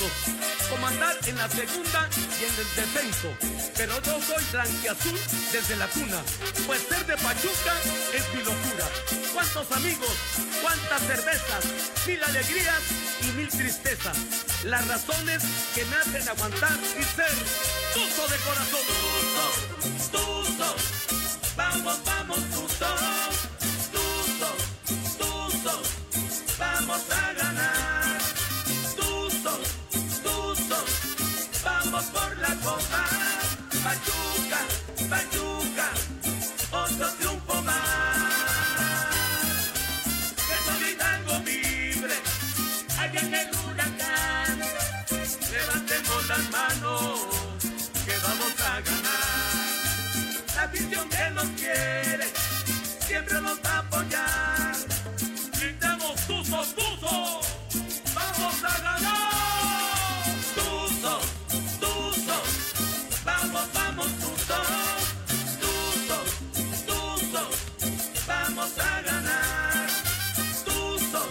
sueños, comandar en la segunda y en el descenso. Pero yo soy blanquiazul desde la cuna, pues ser de Pachuca es mi locura. Cuántos amigos, cuántas cervezas, mil alegrías y mil tristezas. Las razones que me hacen aguantar y ser tuzo de corazón. Tuzo, vamos, vamos, tuzo. Tuzo, vamos a ganar. Tuzo, vamos por la copa. Pachuca, Pachuca, otro triunfo más. Que soy Hidalgo vibre, allá en el huracán. Levantemos las manos, que vamos a ganar. La afición que nos quiere, siempre nos va a apoyar. Gritamos tuzo, tuzo, vamos a ganar. Tuzo, vamos, vamos, tuzo, vamos a ganar. Tuzo,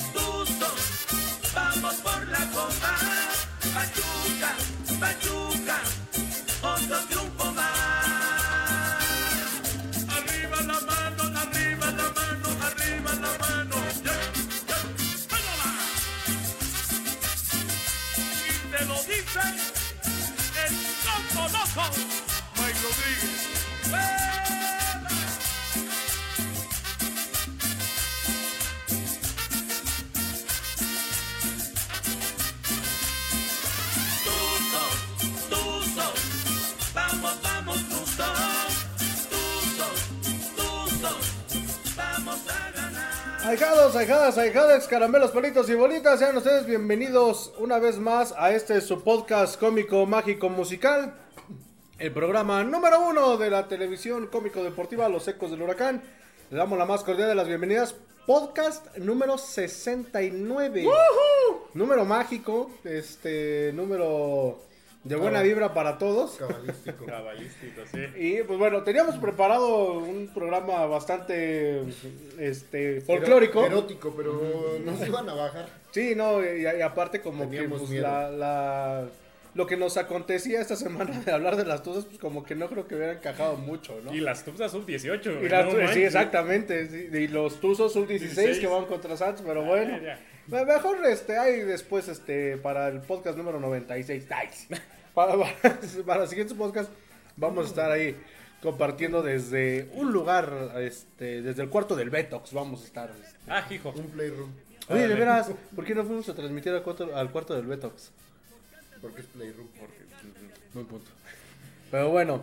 vamos por la copa. Pachuca, Pachuca, otro triunfo más. Arriba la mano, arriba la mano, arriba la mano. Y te lo dice el loco, loco, Mike Rodríguez. Tuzo, vamos, vamos, tuzo, vamos a ganar. Ahijados, ahijadas, ahijades, caramelos, palitos y bolitas, sean ustedes bienvenidos una vez más a este su podcast cómico, mágico, musical. El programa número 1 de la televisión cómico-deportiva, Los Ecos del Huracán. Le damos la más cordial de las bienvenidas. Podcast número 69. ¡Woohoo! Número mágico, número de buena vibra para todos. Cabalístico. Cabalístico, sí. Y pues bueno, teníamos preparado un programa bastante folclórico. Erótico, pero nos iban a bajar. Sí, no, y aparte como Teníamos que pues, miedo. lo que nos acontecía esta semana de hablar de las tuzas, pues como que no creo que hubiera encajado mucho, ¿no? Y las Tuzas sub-18. Y sí, exactamente, sí, y los Tuzos sub-16 que van contra Santos, pero bueno. Mejor ahí después para el podcast número 96. Nice. Para los siguientes podcasts vamos a estar ahí compartiendo desde un lugar, desde el cuarto del Betox vamos a estar. Hijo. Un playroom. Oye, de veras, ¿por qué no fuimos a transmitir al cuarto del Betox? Porque es playroom. Buen punto. Pero bueno,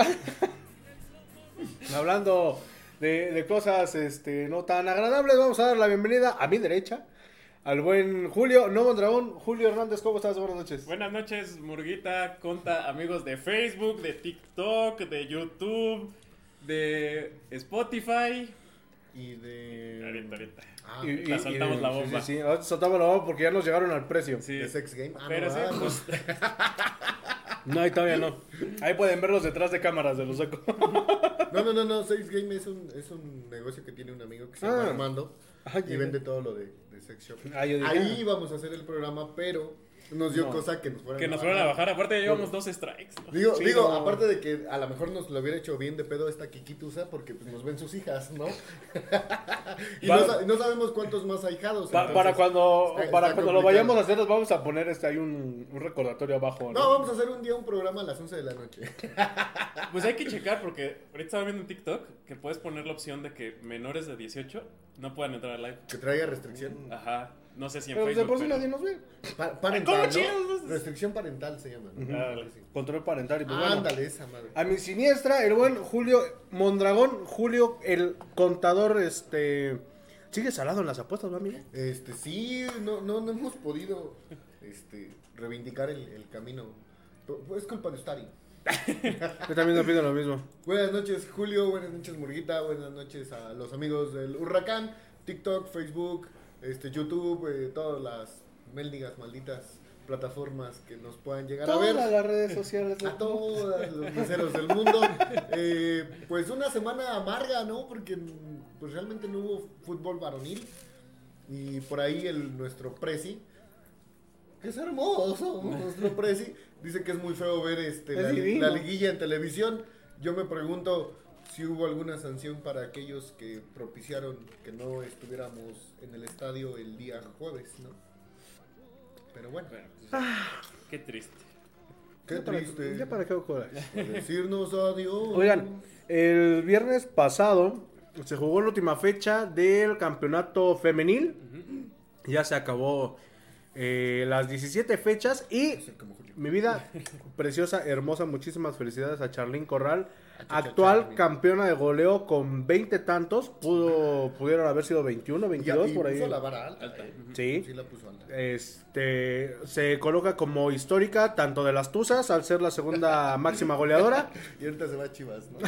hablando de cosas no tan agradables, vamos a dar la bienvenida a mi derecha al buen Julio, no Mondragón. Julio Hernández, ¿cómo estás? Buenas noches. Buenas noches, Murguita, Conta, amigos de Facebook, de TikTok, de YouTube, de Spotify. Y de... Ahorita. Ah, Soltamos la bomba. Sí, ahora soltamos la bomba porque ya nos llegaron al precio. Sí. de Sex Game. Pero no, sí, pues. No, ahí todavía no. Ahí pueden verlos detrás de cámaras de los ecos. No. Sex Game es un negocio que tiene un amigo que se llama Armando. Y vende todo lo de Sex Shop. Yo dije, Ahí íbamos a hacer el programa, pero nos dio cosa que nos fueran a bajar. Aparte ya llevamos 2 strikes, ¿no? Digo, aparte de que a lo mejor nos lo hubiera hecho bien de pedo esta Kikitusa, porque pues nos ven sus hijas, ¿no? Y no sabemos cuántos más ahijados. Para cuando lo complicado. vayamos a hacer, nos vamos a poner ahí un recordatorio abajo, ¿no? No, vamos a hacer un día un programa a las 11 de la noche. Pues hay que checar porque ahorita estaba viendo en TikTok que puedes poner la opción de que menores de 18 no puedan entrar al live. Que traiga restricción. Ajá. No sé si en Pero de Facebook. por sí nadie nos ve. Parental, ¿Cómo ¿no? Restricción parental se llama, ¿no? Ándale. Sí. Control parental y pues bueno. Ándale, esa madre. A mi siniestra, el buen Julio Mondragón, Julio el contador, sigue salado en las apuestas, ¿no, amigo? Sí, no hemos podido reivindicar el camino. Es culpa de Ustari. Yo también me pido lo mismo. Buenas noches, Julio. Buenas noches, Murguita. Buenas noches a los amigos del Huracán, TikTok, Facebook, YouTube, todas las mendigas malditas plataformas que nos puedan llegar a ver. Todas las redes sociales. A todos los meseros del mundo. Pues una semana amarga, ¿no? Porque pues realmente no hubo fútbol varonil. Y por ahí nuestro presi, que es hermoso, nuestro Prezi. Dice que es muy feo ver la liguilla en televisión. Yo me pregunto si hubo alguna sanción para aquellos que propiciaron que no estuviéramos en el estadio el día jueves, ¿no? Pero bueno. Qué triste. Qué triste. Ya para qué coraje. Decirnos adiós. Oigan, el viernes pasado se jugó la última fecha del campeonato femenil. Ya se acabó las 17 fechas y mi vida preciosa, hermosa, muchísimas felicidades a Charlín Corral, actual campeona de goleo con 20 tantos, pudieron haber sido 21, 22 por ahí. Puso la vara alta. Sí. Sí la puso alta. Se coloca como histórica tanto de las Tuzas al ser la segunda máxima goleadora. Y ahorita se va a Chivas, ¿no?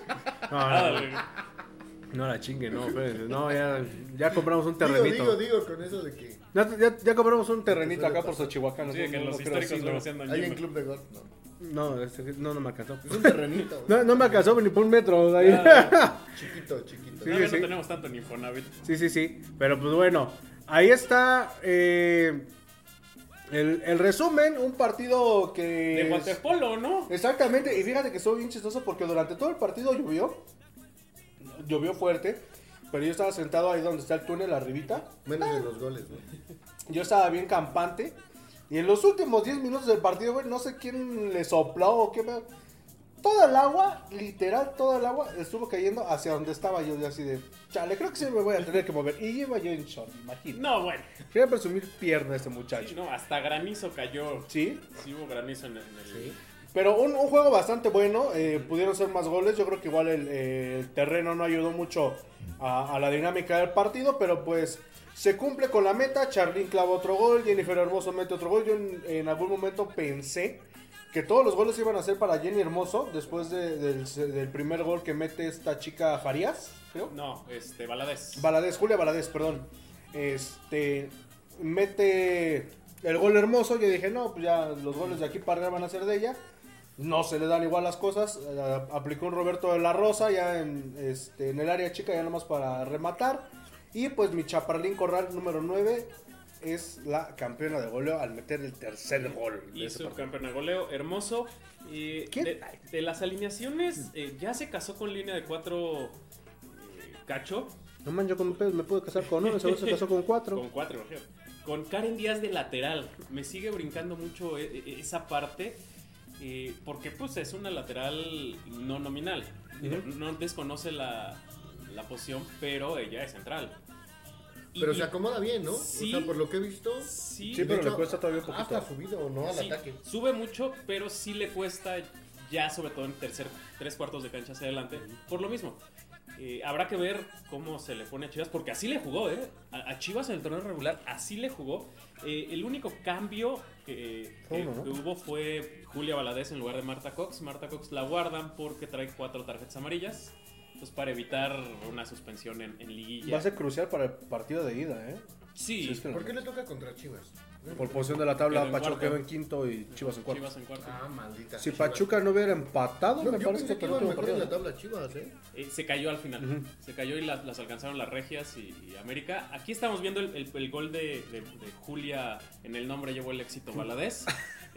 No la chingue, no, espérense, no, ya compramos un terrenito. Digo, con eso de que Ya compramos un terrenito acá por Xochihuacán. Sí, que los históricos luego se andan hay en yendo. club de golf, ¿no? No me alcanzó. Es un terrenito. No me alcanzó ni por un metro. Ahí. Chiquito. Sí, Todavía sí. no tenemos tanto en Infonavit. Sí. Pero pues bueno, ahí está el resumen. Un partido que... De waterpolo, ¿no? Exactamente. Y fíjate que estuvo bien chistoso porque durante todo el partido llovió fuerte. Pero yo estaba sentado ahí donde está el túnel, arribita. Menos de los goles, ¿no? Yo estaba bien campante. Y en los últimos 10 minutos del partido, güey, no sé quién le sopló o qué. Toda el agua, literal, toda el agua estuvo cayendo hacia donde estaba yo. Así de, chale, creo que sí me voy a tener que mover. Y iba yo en short, imagínate. No, bueno. Quería presumir pierna este muchacho. Sí, no, hasta granizo cayó. ¿Sí? Sí hubo granizo en el... Sí. Pero un juego bastante bueno. Pudieron ser más goles. Yo creo que igual el terreno no ayudó mucho a la dinámica del partido. Pero pues se cumple con la meta. Charlín clava otro gol. Jennifer Hermoso mete otro gol. Yo en algún momento pensé que todos los goles iban a ser para Jenny Hermoso. Después del primer gol que mete esta chica Farías, creo. No, Valadez. Julia Valadez, perdón. Mete el gol Hermoso. Yo dije, no, pues ya los goles de aquí para arriba van a ser de ella. No se le dan igual las cosas. Aplicó un Roberto de la Rosa ya en el área chica, ya nomás para rematar. Y pues mi Chaparlín Corral número 9 es la campeona de goleo al meter el tercer gol. Y su campeona de goleo, Hermoso. ¿Quién? De las alineaciones, ya se casó con línea de 4 Cacho. No man, yo con me pude casar con uno, se casó con 4. Con 4, con Karen Díaz de lateral. Me sigue brincando mucho esa parte. Porque pues es una lateral no nominal. No desconoce la posición, pero ella es central. Pero se acomoda bien, ¿no? Sí, o sea, por lo que he visto. Sí, pero hecho, le cuesta todavía un poquito. Hasta subido, ¿no? Al ataque. Sube mucho, pero sí le cuesta ya, sobre todo en tres cuartos de cancha hacia adelante, por lo mismo. Habrá que ver cómo se le pone a Chivas, porque así le jugó, a Chivas en el torneo regular, así le jugó. El único cambio que hubo fue Julia Valadez en lugar de Marta Cox. Marta Cox la guardan porque trae 4 tarjetas amarillas, pues para evitar una suspensión en liguilla. Va a ser crucial para el partido de ida, ¿eh? Sí. Si es que ¿Por qué le toca contra Chivas? por posición de la tabla, Quedó en Pachuca cuarto. quedó en quinto y Chivas en cuarto. Chivas en cuarto. Ah, maldita. Si Chivas. Pachuca no hubiera empatado, No, me yo parece pensé que el iban último mejor en la partido. tabla Chivas, ¿eh? Se cayó al final. Se cayó y las alcanzaron las Regias y América. Aquí estamos viendo el gol de Julia. En el nombre llevó el éxito Valadez.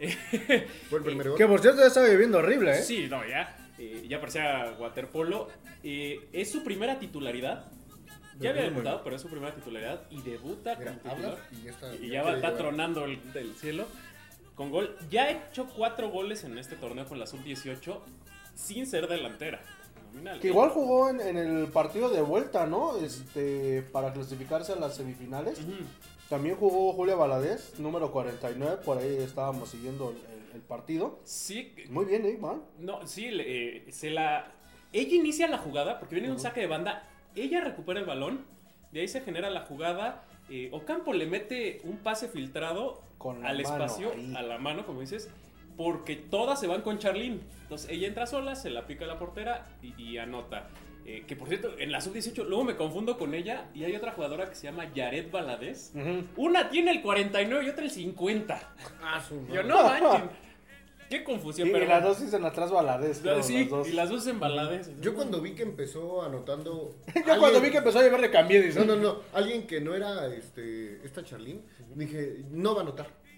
Fue el primer gol. Que por cierto ya estaba viviendo horrible, ¿eh? Sí, no, ya parecía waterpolo. Es su primera titularidad. Ya había debutado, pero es su primera titularidad. Y debuta Mira, como titular. habla Y ya está tronando del cielo. Con gol. Ya ha hecho 4 goles en este torneo con la sub-18 sin ser delantera. Nominal. Que igual jugó en el partido de vuelta, ¿no? Para clasificarse a las semifinales. También jugó Julia Valadez, número 49. Por ahí estábamos siguiendo el partido. Sí. Muy bien, man. No, sí, ella inicia la jugada porque viene un saque de banda. Ella recupera el balón. De ahí se genera la jugada. Ocampo le mete un pase filtrado Con la al mano, espacio, ahí. a la mano, como dices. Porque todas se van con Charlín. Entonces ella entra sola, se la pica a la portera y anota. Que por cierto, en la sub-18 luego me confundo con ella. Y hay otra jugadora que se llama Yaret Valadez. Una tiene el 49 y otra el 50. Ah, su Yo madre. no manchen. Qué confusión, Y pero las dos dicen atrás Valadez. creo, sí, las dos. y las dos en Valadez. Yo cuando vi que empezó anotando. Yo cuando vi que empezó a llevar de cambié, dice. No. Alguien que no era esta Charlín, dije, no va a anotar.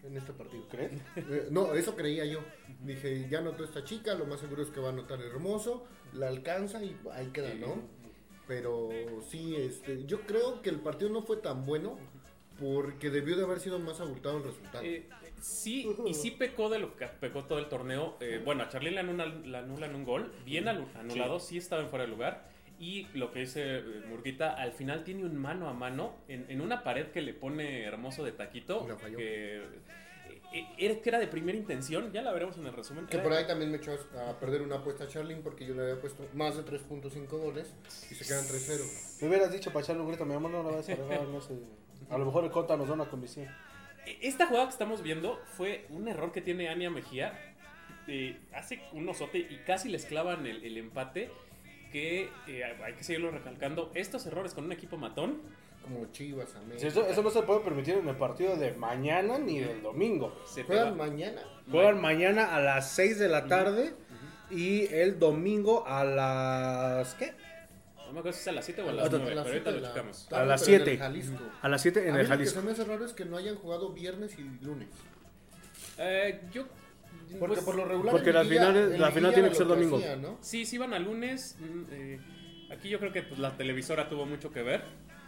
en este partido. ¿Crees? No, eso creía yo. Dije, ya anotó esta chica, lo más seguro es que va a anotar Hermoso, la alcanza y ahí queda, ¿no? Pero sí, yo creo que el partido no fue tan bueno porque debió de haber sido más abultado el resultado. Sí, y sí pecó de lo que pecó todo el torneo. Bueno, a Charlín le anulan un gol, bien anulado, sí estaba en fuera de lugar. Y lo que dice Murguita, al final tiene un mano a mano en una pared que le pone Hermoso de taquito, que era de primera intención, ya la veremos en el resumen. Que por ahí también me echó a perder una apuesta a Charlín porque yo le había puesto más de 3.5 goles y se quedan 3-0. Me hubieras dicho para echarle un grito, mi amor, no la vas a regar, no sé. A lo mejor el Cota nos da una comisión. Esta jugada que estamos viendo fue un error que tiene Ania Mejía. Hace un osote y casi les clavan el empate. Que hay que seguirlo recalcando. Estos errores con un equipo matón, como Chivas, América. Sí, eso no se puede permitir en el partido de mañana ni del domingo. ¿Juegan mañana? Juegan mañana a las 6 de la tarde y el domingo a las... ¿qué? No me acuerdo si es a las 7 o a las 9, pero ahorita lo checamos. A las 7. A las 7 en el Jalisco. Lo que se me hace raro es que no hayan jugado viernes y lunes. Porque por lo regular porque la final tiene que ser domingo. Hacía, ¿no? Sí, van a lunes. Aquí yo creo que pues, la televisora tuvo mucho que ver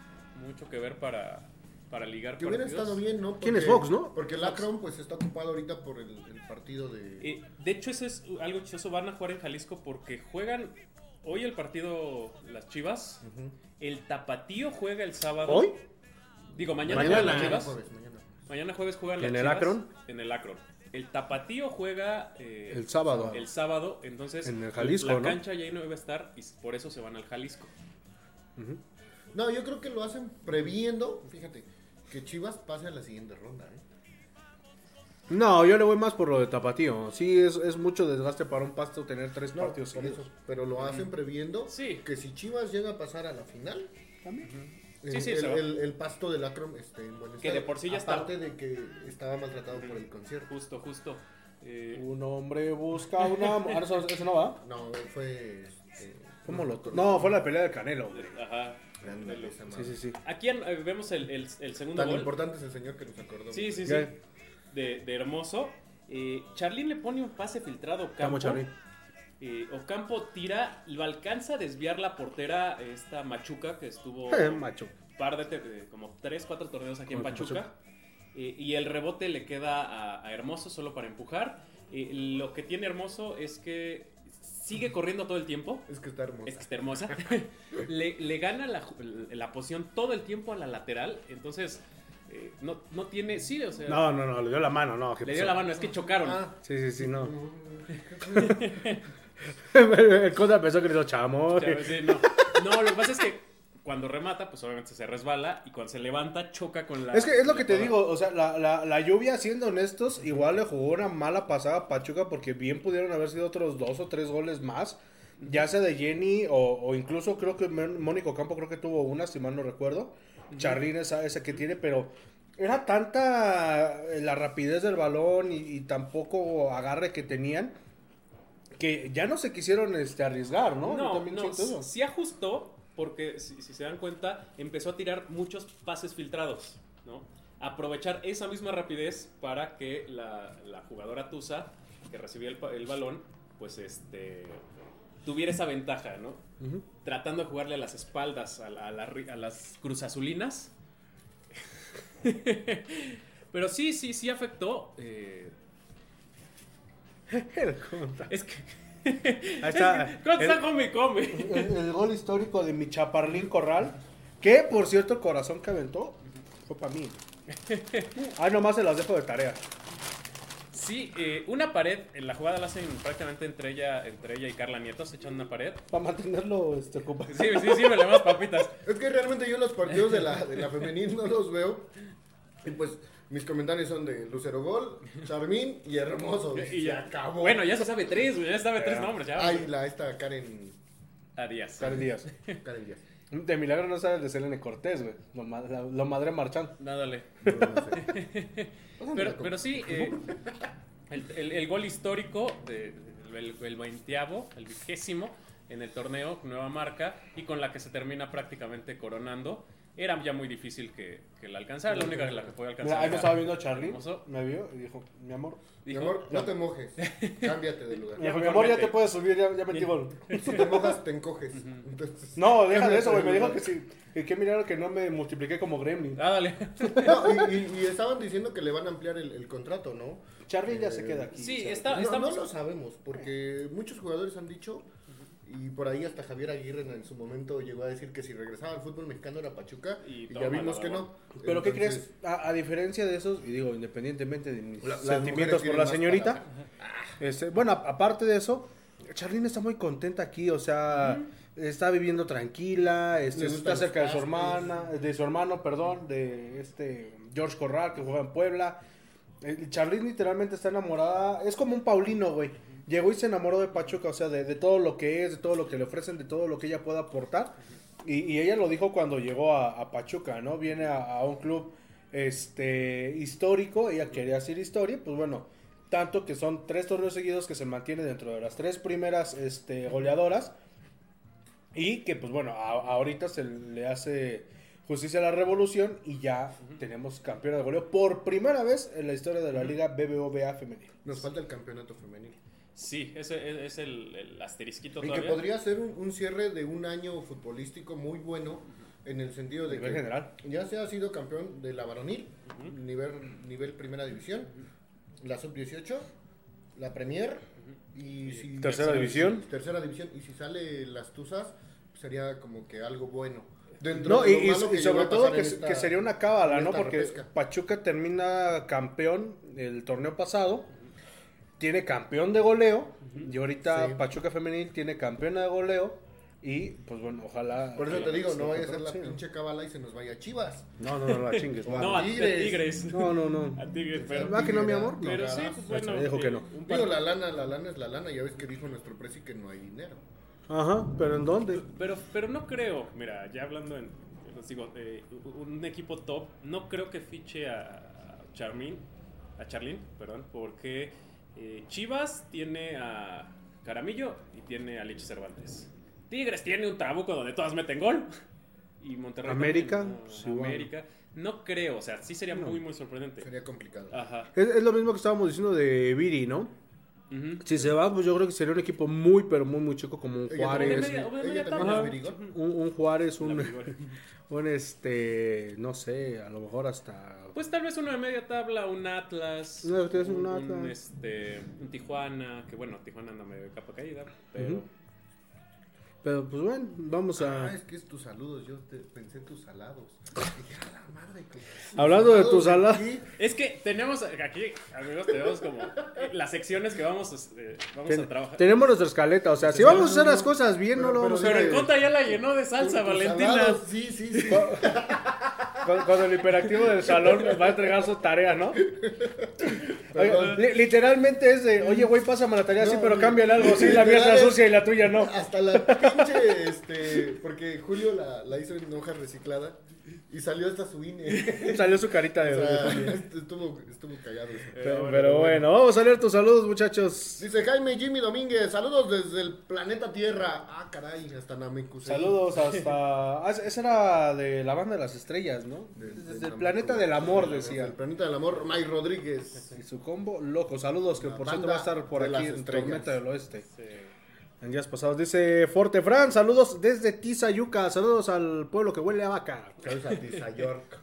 para ligar que hubiera partidos. estado bien, ¿no? ¿Quién es Fox, no? Porque el Akron pues está ocupado ahorita por el partido de... De hecho, eso es algo chistoso. Van a jugar en Jalisco porque juegan hoy el partido las Chivas. El Tapatío juega el sábado. ¿Hoy? Digo, mañana juegan las Chivas. Mañana. Mañana jueves juegan las ¿En Chivas. el Akron? En el Akron. El Tapatío juega el sábado. El sábado, entonces en el Jalisco, la cancha ya no iba a estar y por eso se van al Jalisco. No, yo creo que lo hacen previendo, fíjate, que Chivas pase a la siguiente ronda, No, yo le voy más por lo de Tapatío. Sí, es mucho desgaste para un Pasto tener 3 partidos por seguidos. eso, pero lo hacen previendo que si Chivas llega a pasar a la final, También. el Pasto del Akron esté en buen estado. Que de por sí ya aparte de que estaba maltratado por el concierto. Justo. Un hombre busca una... ¿Eso no va? No, fue... ¿Cómo lo...? No, fue la pelea de Canelo, güey. Ajá. Sí. Aquí vemos el segundo Tan gol. importante es el señor que nos acordó. Sí. De Hermoso. Charlín le pone un pase filtrado a Ocampo. Ocampo tira y lo alcanza a desviar la portera esta Machuca que estuvo Macho. como 3-4 torneos aquí en Pachuca. Y el rebote le queda a Hermoso solo para empujar. Lo que tiene Hermoso es que sigue corriendo todo el tiempo. Es que está hermosa. le gana la posición todo el tiempo a la lateral. Entonces no tiene... Sí, o sea... No, le dio la mano, no. Le dio la mano, es que chocaron. Sí, no. El Contra pensó que le dio chamo. Sí, no, lo que pasa es que cuando remata, pues obviamente se resbala y cuando se levanta choca con la... Es que es lo que te digo, o sea, la lluvia, siendo honestos, igual le jugó una mala pasada a Pachuca porque bien pudieron haber sido otros 2 o 3 goles más, ya sea de Jenny o incluso creo que Mónico Campo creo que tuvo una, si mal no recuerdo. Charlín esa que tiene, pero era tanta la rapidez del balón y tan poco agarre que tenían que ya no se quisieron arriesgar, ¿no? No, sí ajustó. Porque si se dan cuenta, empezó a tirar muchos pases filtrados, ¿no? Aprovechar esa misma rapidez para que la jugadora Tusa, que recibía el balón, pues tuviera esa ventaja, ¿no? Tratando de jugarle a las espaldas a las cruzazulinas. Pero sí afectó. Es que... Ahí está. Come. El gol histórico de mi Chaparlín Corral. Que, por cierto, el corazón que aventó fue para mí. Nomás se las dejo de tarea. Sí, una pared. En la jugada la hacen prácticamente entre ella y Carla Nieto. Se echan una pared. Para mantenerlo ocupado. Sí, me le más papitas. Es que realmente yo los partidos de la femenil no los veo. Y pues... mis comentarios son de Lucero Gol, Charmín y Hermoso. Y ya acabó. Bueno, ya se sabe 3, ya se sabe 3 nombres. Ya. Esta Karen Díaz. Karen Díaz. De milagro no sabes de Selene Cortés, güey. Lo madre marchando. Dale. Pero sí, el gol histórico, el 20avo, el 20º en el torneo, nueva marca, y con la que se termina prácticamente coronando. era ya muy difícil que la alcanzara. La única que la que puede alcanzar. Mira, ahí me era estaba viendo a Charly, Hermoso. me vio y dijo, mi amor, Mi Dijo, amor, no te mojes. Cámbiate de lugar. mi amor, mejor ya vete. te puedes subir, ya metí gol. Si te mojas, te encoges. Entonces, No, deja de eso, güey, cámbiate me de dijo que lugar. sí, y que miraron que no me multipliqué como Gremlin. Ah, dale. No, y estaban diciendo que le van a ampliar el contrato, ¿no? Charly ya se queda aquí. Sí, ¿sabes? está- No, estamos- no lo sabemos, porque muchos jugadores han dicho, y por ahí hasta Javier Aguirre en su momento llegó a decir que si regresaba al fútbol mexicano era Pachuca, Y y ya tómala, vimos que vamos. no. Pero ¿qué Entonces, crees? A diferencia de esos, y digo, independientemente de mis Las sentimientos mujeres por la tienen más señorita, bueno, aparte de eso, Charlene está muy contenta aquí, o sea, está viviendo tranquila, Le gustan está los cerca de su cascos. hermana, de su hermano, perdón, de George Corral, que juega en Puebla. Charlene literalmente está enamorada, es como un Paulino, güey. Llegó y se enamoró de Pachuca, o sea, de todo lo que es, de todo lo que le ofrecen, de todo lo que ella pueda aportar. Y ella lo dijo cuando llegó a Pachuca, ¿no? Viene a un club histórico, ella quería hacer historia, pues bueno, tanto que son 3 torneos seguidos que se mantiene dentro de las 3 primeras goleadoras. Y que pues bueno, ahorita se le hace justicia a la revolución y ya tenemos campeona de goleo por primera vez en la historia de la liga BBVA femenil. nos falta el campeonato femenil. Sí, ese es el asterisquito Y que todavía. podría ser un cierre de un año futbolístico muy bueno, en el sentido A de nivel que general. ya se ha sido campeón de la varonil, nivel primera división, la sub-18, la Premier y si Tercera división. tercera división, y si sale las Tuzas sería como que algo bueno. Dentro No, de lo y malo que sobre llegó a todo pasar en esta- que sería una cábala, en ¿no? esta Porque repesca. Pachuca termina campeón el torneo pasado, tiene campeón de goleo, y ahorita Sí. Pachuca femenil tiene campeona de goleo, y pues bueno, ojalá... Por eso te digo, no vaya a ser la Sí. pinche cábala y se nos vaya a Chivas. No, la chingues. No, a Tigres. No. A Tigres, pero... ¿Va que no, mi amor? No. Pero sí, cagazo. pues bueno. Me dijo que no. un Digo, par- la lana es la lana, ya ves que dijo nuestro presi que no hay dinero. Ajá, pero ¿en dónde? Pero no creo, mira, ya hablando les digo, un equipo top, no creo que fiche a Charlene, perdón, porque Chivas tiene a Caramillo y tiene a Lich Cervantes. Tigres tiene un trabuco donde todas meten gol. Y Monterrey América, también, pues igual. América. No creo, o sea, sí sería muy, muy sorprendente. Sería complicado. Ajá. Es lo mismo que estábamos diciendo de Viri, ¿no? Ujú. Si se va, pues yo creo que sería un equipo muy, pero muy, muy chico, como un Ella Juárez. también- o de ella media también tabla. es virigón. Un Juárez, La un Vigor. no sé, a lo mejor hasta... Pues tal vez uno de media tabla, un Atlas, No, tienes un Atlas. un Tijuana, que bueno, Tijuana anda medio de capa caída, pero Ujú. Pero pues bueno, vamos a... Es que es tus saludos, yo pensé tus salados. Dije, a la madre, que- Hablando de tus salados salados. aquí. es que tenemos aquí, amigos, tenemos como las secciones que vamos a trabajar. Tenemos nuestra escaleta, o sea, si vamos a hacer las cosas bien, no lo vamos a Pero hacer. el Conta ya la llenó de salsa, Tus Valentina. salados, sí, sí, sí. Cuando el hiperactivo del salón va a entregar su tarea, ¿no? Perdón. Oye, literalmente es de, oye, güey, pásame la tarea, sí, No, pero cámbiale algo. Sí, la mía literal está es- sucia y la tuya no. Hasta la pinche, porque Julio la hizo en hoja reciclada y salió hasta su INE. Salió su carita O de... sea, estuvo callado eso. Pero bueno, vamos a leer tus saludos, muchachos. Dice Jaime Jimmy Domínguez, saludos desde el planeta Tierra. Ah, caray, hasta Namekusei. Saludos hasta... esa era de la banda de las estrellas, ¿no? Desde el planeta del amor, Desde el decía. planeta del amor, May Rodríguez. Y su combo, loco. Saludos, que La por cierto banda va a estar por de aquí las en estrellas. Tormenta del Oeste. Sí. En días pasados. Dice Forte Fran, saludos desde Tizayuca. Saludos al pueblo que huele a vaca. Saludos a Tisa York.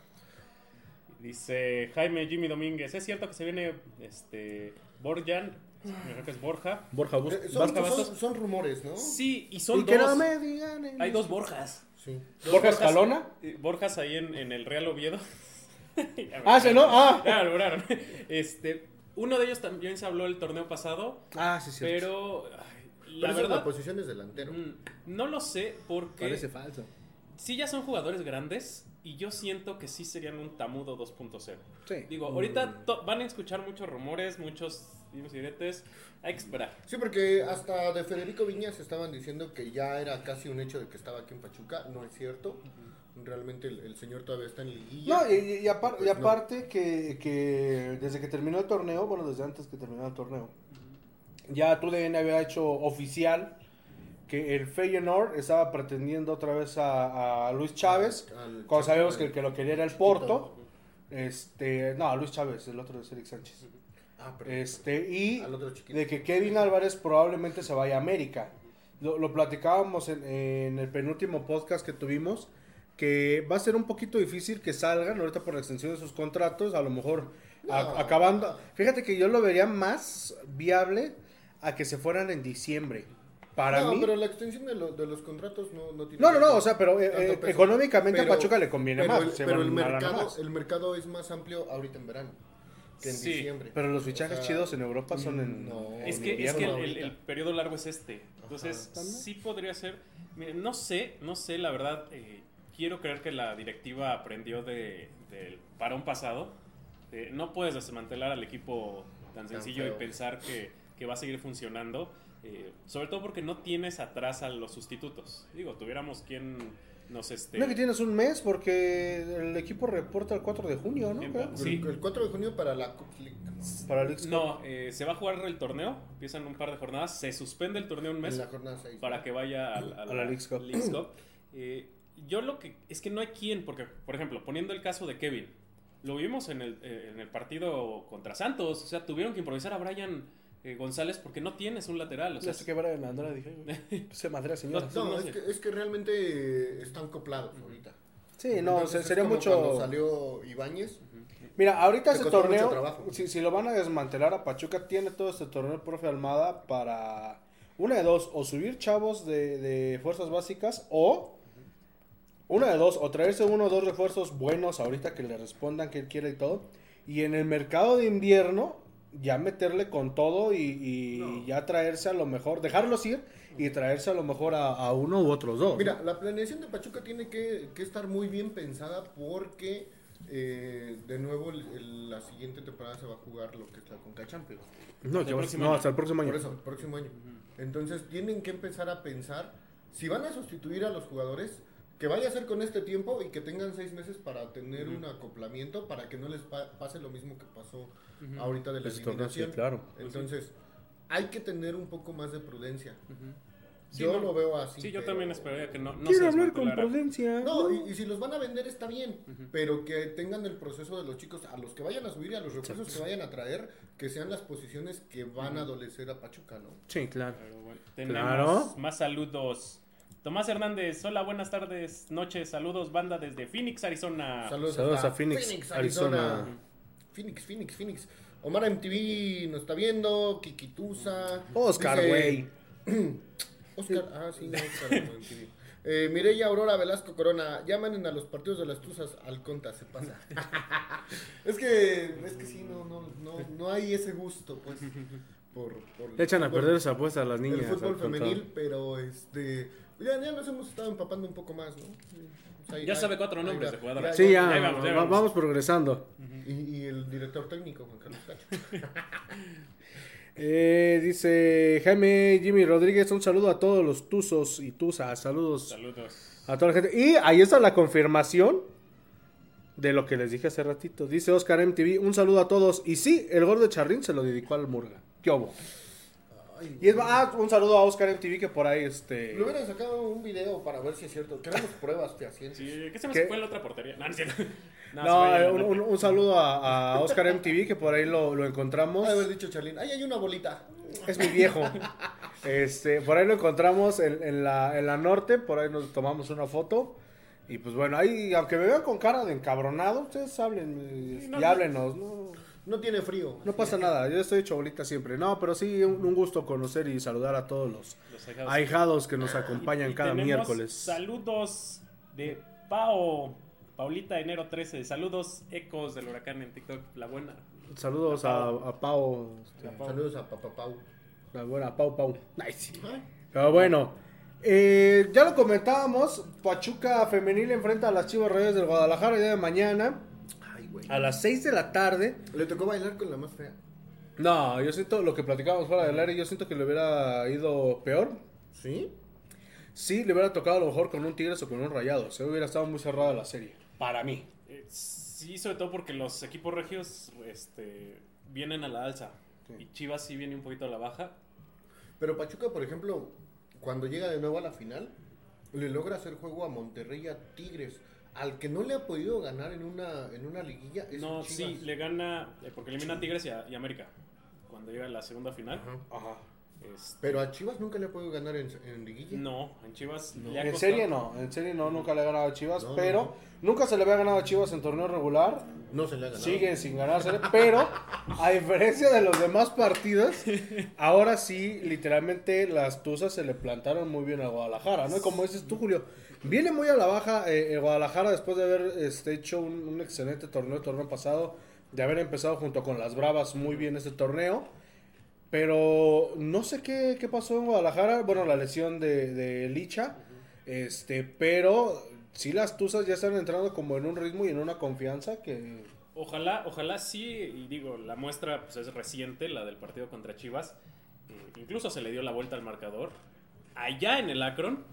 Dice Jaime Jimmy Domínguez, ¿es cierto que se viene Borjan? Creo que es Borja. Borja Bus. Son rumores, ¿no? Sí, y Y son que no dos. me digan. Hay dos Borjas. Sí. Borja Escalona. Borjas ahí en el Real Oviedo. Ah, ¿sí, no? Ah. Ya me lograron. Uno de ellos también se habló el torneo pasado, Ah, sí, sí. pero ay, Pero la esa es la verdad posición es delantero. no lo sé porque Parece falso. sí ya son jugadores grandes y yo siento que sí serían un Tamudo 2.0. Sí. Digo, ahorita van a escuchar muchos rumores, muchos dimes y diretes, hay que esperar. Sí, porque hasta de Federico Viñas estaban diciendo que ya era casi un hecho de que estaba aquí en Pachuca. No es cierto. Realmente el señor todavía está en liguilla. No, y Pues no. aparte que desde que terminó el torneo, bueno, desde antes que terminara el torneo, ya TUDN había hecho oficial que el Feyenoord estaba pretendiendo otra vez a Luis Chávez, cuando sabíamos que el que lo quería era el Porto. No, Luis Chávez, el otro es Eric Sánchez. Y de que Kevin Álvarez probablemente se vaya a América. Lo platicábamos en el penúltimo podcast que tuvimos, que va a ser un poquito difícil que salgan ahorita por la extensión de sus contratos, a lo mejor acabando. Fíjate que yo lo vería más viable a que se fueran en diciembre. Para mí. Pero la extensión de los contratos no tiene. No, o sea, pero económicamente a Pachuca le conviene más. Pero el mercado es más amplio ahorita en verano que en diciembre. Pero los fichajes chidos en Europa son en. Es que el periodo largo es este. Entonces, sí podría ser. Miren, no sé, la verdad. Quiero creer que la directiva aprendió del parón pasado. No puedes desmantelar al equipo tan sencillo y pensar que va a seguir funcionando. Sobre todo porque no tienes atrás a los sustitutos. Digo, tuviéramos quien nos No, que tienes un mes porque el equipo reporta el 4 de junio, ¿no? Sí. El 4 de junio para la Cup League. Para el No, se va a jugar el torneo. Empiezan un par de jornadas. Se suspende el torneo un mes. En la jornada 6. Para que vaya a la Leagues Cup. Leagues Cup. Yo lo que es que no hay quien, porque, por ejemplo, poniendo el caso de Kevin, lo vimos en el partido contra Santos. O sea, tuvieron que improvisar a Brian González porque no tienes un lateral. O sea, ya sé que Brian Andrade, dije, se madrea, señora. No, es que realmente están coplados ahorita. Sí, no, entonces sería como mucho. Cuando salió Ibáñez. Mira, ahorita ese torneo, si lo van a desmantelar a Pachuca, tiene todo este torneo el profe Almada para una de dos, o subir chavos de fuerzas básicas, o una de dos, o traerse uno o dos refuerzos buenos ahorita que le respondan que él quiere y todo, y en el mercado de invierno ya meterle con todo y ya traerse a lo mejor, dejarlos ir y traerse a lo mejor a uno u otros dos. Mira, la planeación de Pachuca tiene que estar muy bien pensada porque de nuevo la siguiente temporada se va a jugar lo que es la Conca Champions. Hasta el próximo año. Por eso, el próximo año. Entonces tienen que empezar a pensar si van a sustituir a los jugadores, que vaya a ser con este tiempo y que tengan 6 meses para tener un acoplamiento para que no les pase lo mismo que pasó ahorita de la eliminación. Sí, claro. Entonces hay que tener un poco más de prudencia. Sí, yo lo veo así. Sí, yo también esperaría que no quiero se hablar con desmantelara. prudencia. No, y si los van a vender está bien, pero que tengan el proceso de los chicos, a los que vayan a subir y a los refuerzos que vayan a traer, que sean las posiciones que van a adolecer a Pachuca, ¿no? Sí, claro. Pero bueno, tenemos más saludos. Tomás Hernández, hola, buenas tardes, noches, saludos, banda desde Phoenix, Arizona. Saludos a Phoenix, Arizona. Phoenix. Omar MTV nos está viendo, Kikitusa. Oscar, güey. Oscar, Oscar MTV. Mireya Aurora Velasco Corona, llaman a los partidos de las Tuzas al Conta, se pasa. es que sí, no hay ese gusto, pues. Le echan a perder esa apuesta a las niñas. El fútbol femenil, pero ya nos hemos estado empapando un poco más, ¿no? O sea, ya sabe 4 nombres de jugadoras. Sí, ya vamos progresando. Y el director técnico, Juan Carlos Cacho. Dice Jaime Jimmy Rodríguez, un saludo a todos los tuzos y tuzas. Saludos a toda la gente. Y ahí está la confirmación de lo que les dije hace ratito. Dice Oscar MTV, un saludo a todos. Y sí, el gol de Charrín se lo dedicó al Murga. ¿Qué hubo? Y un saludo a Oscar MTV que por ahí Le hubieran sacado un video para ver si es cierto. Queremos pruebas fehacientes. Sí, ¿qué se me fue en la otra portería? No, es cierto. Un saludo a Oscar MTV que por ahí lo encontramos. Haber dicho Charlín, ahí hay una bolita. Es mi viejo. Por ahí lo encontramos en la norte, por ahí nos tomamos una foto. Y pues bueno, ahí, aunque me vean con cara de encabronado, ustedes hablen y háblenos, ¿no? No tiene frío. No pasa nada, yo estoy hecho bolita siempre. No, pero sí, un gusto conocer y saludar a todos los ahijados que nos acompañan cada miércoles. Saludos de Paulita Enero 13. Saludos, ecos del huracán en TikTok. La buena. Saludos a Pau. Saludos a Papá Pau. La buena Pau. Nice. Pero bueno, ya lo comentábamos. Pachuca femenil enfrenta a las Chivas Rayadas del Guadalajara el día de mañana. A las 6 de la tarde. Le tocó bailar con la más fea. No, yo siento lo que platicábamos fuera del aire. Yo siento que le hubiera ido peor. ¿Sí? Sí, le hubiera tocado a lo mejor con un Tigres o con un Rayados. Se hubiera estado muy cerrada la serie. Para mí. Sí, sobre todo porque los equipos regios vienen a la alza. Sí. Y Chivas sí viene un poquito a la baja. Pero Pachuca, por ejemplo, cuando llega de nuevo a la final, le logra hacer juego a Monterrey y a Tigres. Al que no le ha podido ganar en una liguilla es No, Chivas. sí, le gana, porque elimina a Tigres y América. Cuando llega a la segunda final. Ajá. Pero a Chivas nunca le ha podido ganar en liguilla. No, en Chivas No. le ha En costado. serie no, nunca le ha ganado a Chivas, No, pero nunca se le había ganado a Chivas en torneo regular. No se le ha ganado. Siguen sin ganársele, pero a diferencia de los demás partidos, ahora sí, literalmente las tuzas se le plantaron muy bien a Guadalajara, ¿no? Y como dices tú, Julio, viene muy a la baja el Guadalajara después de haber hecho un excelente torneo el torneo pasado, de haber empezado junto con las Bravas muy bien este torneo. Pero no sé qué pasó en Guadalajara. Bueno, la lesión de Licha. Pero sí las tuzas ya están entrando como en un ritmo y en una confianza que... Ojalá sí, y digo, la muestra pues, es reciente, la del partido contra Chivas. Incluso se le dio la vuelta al marcador. Allá en el Akron.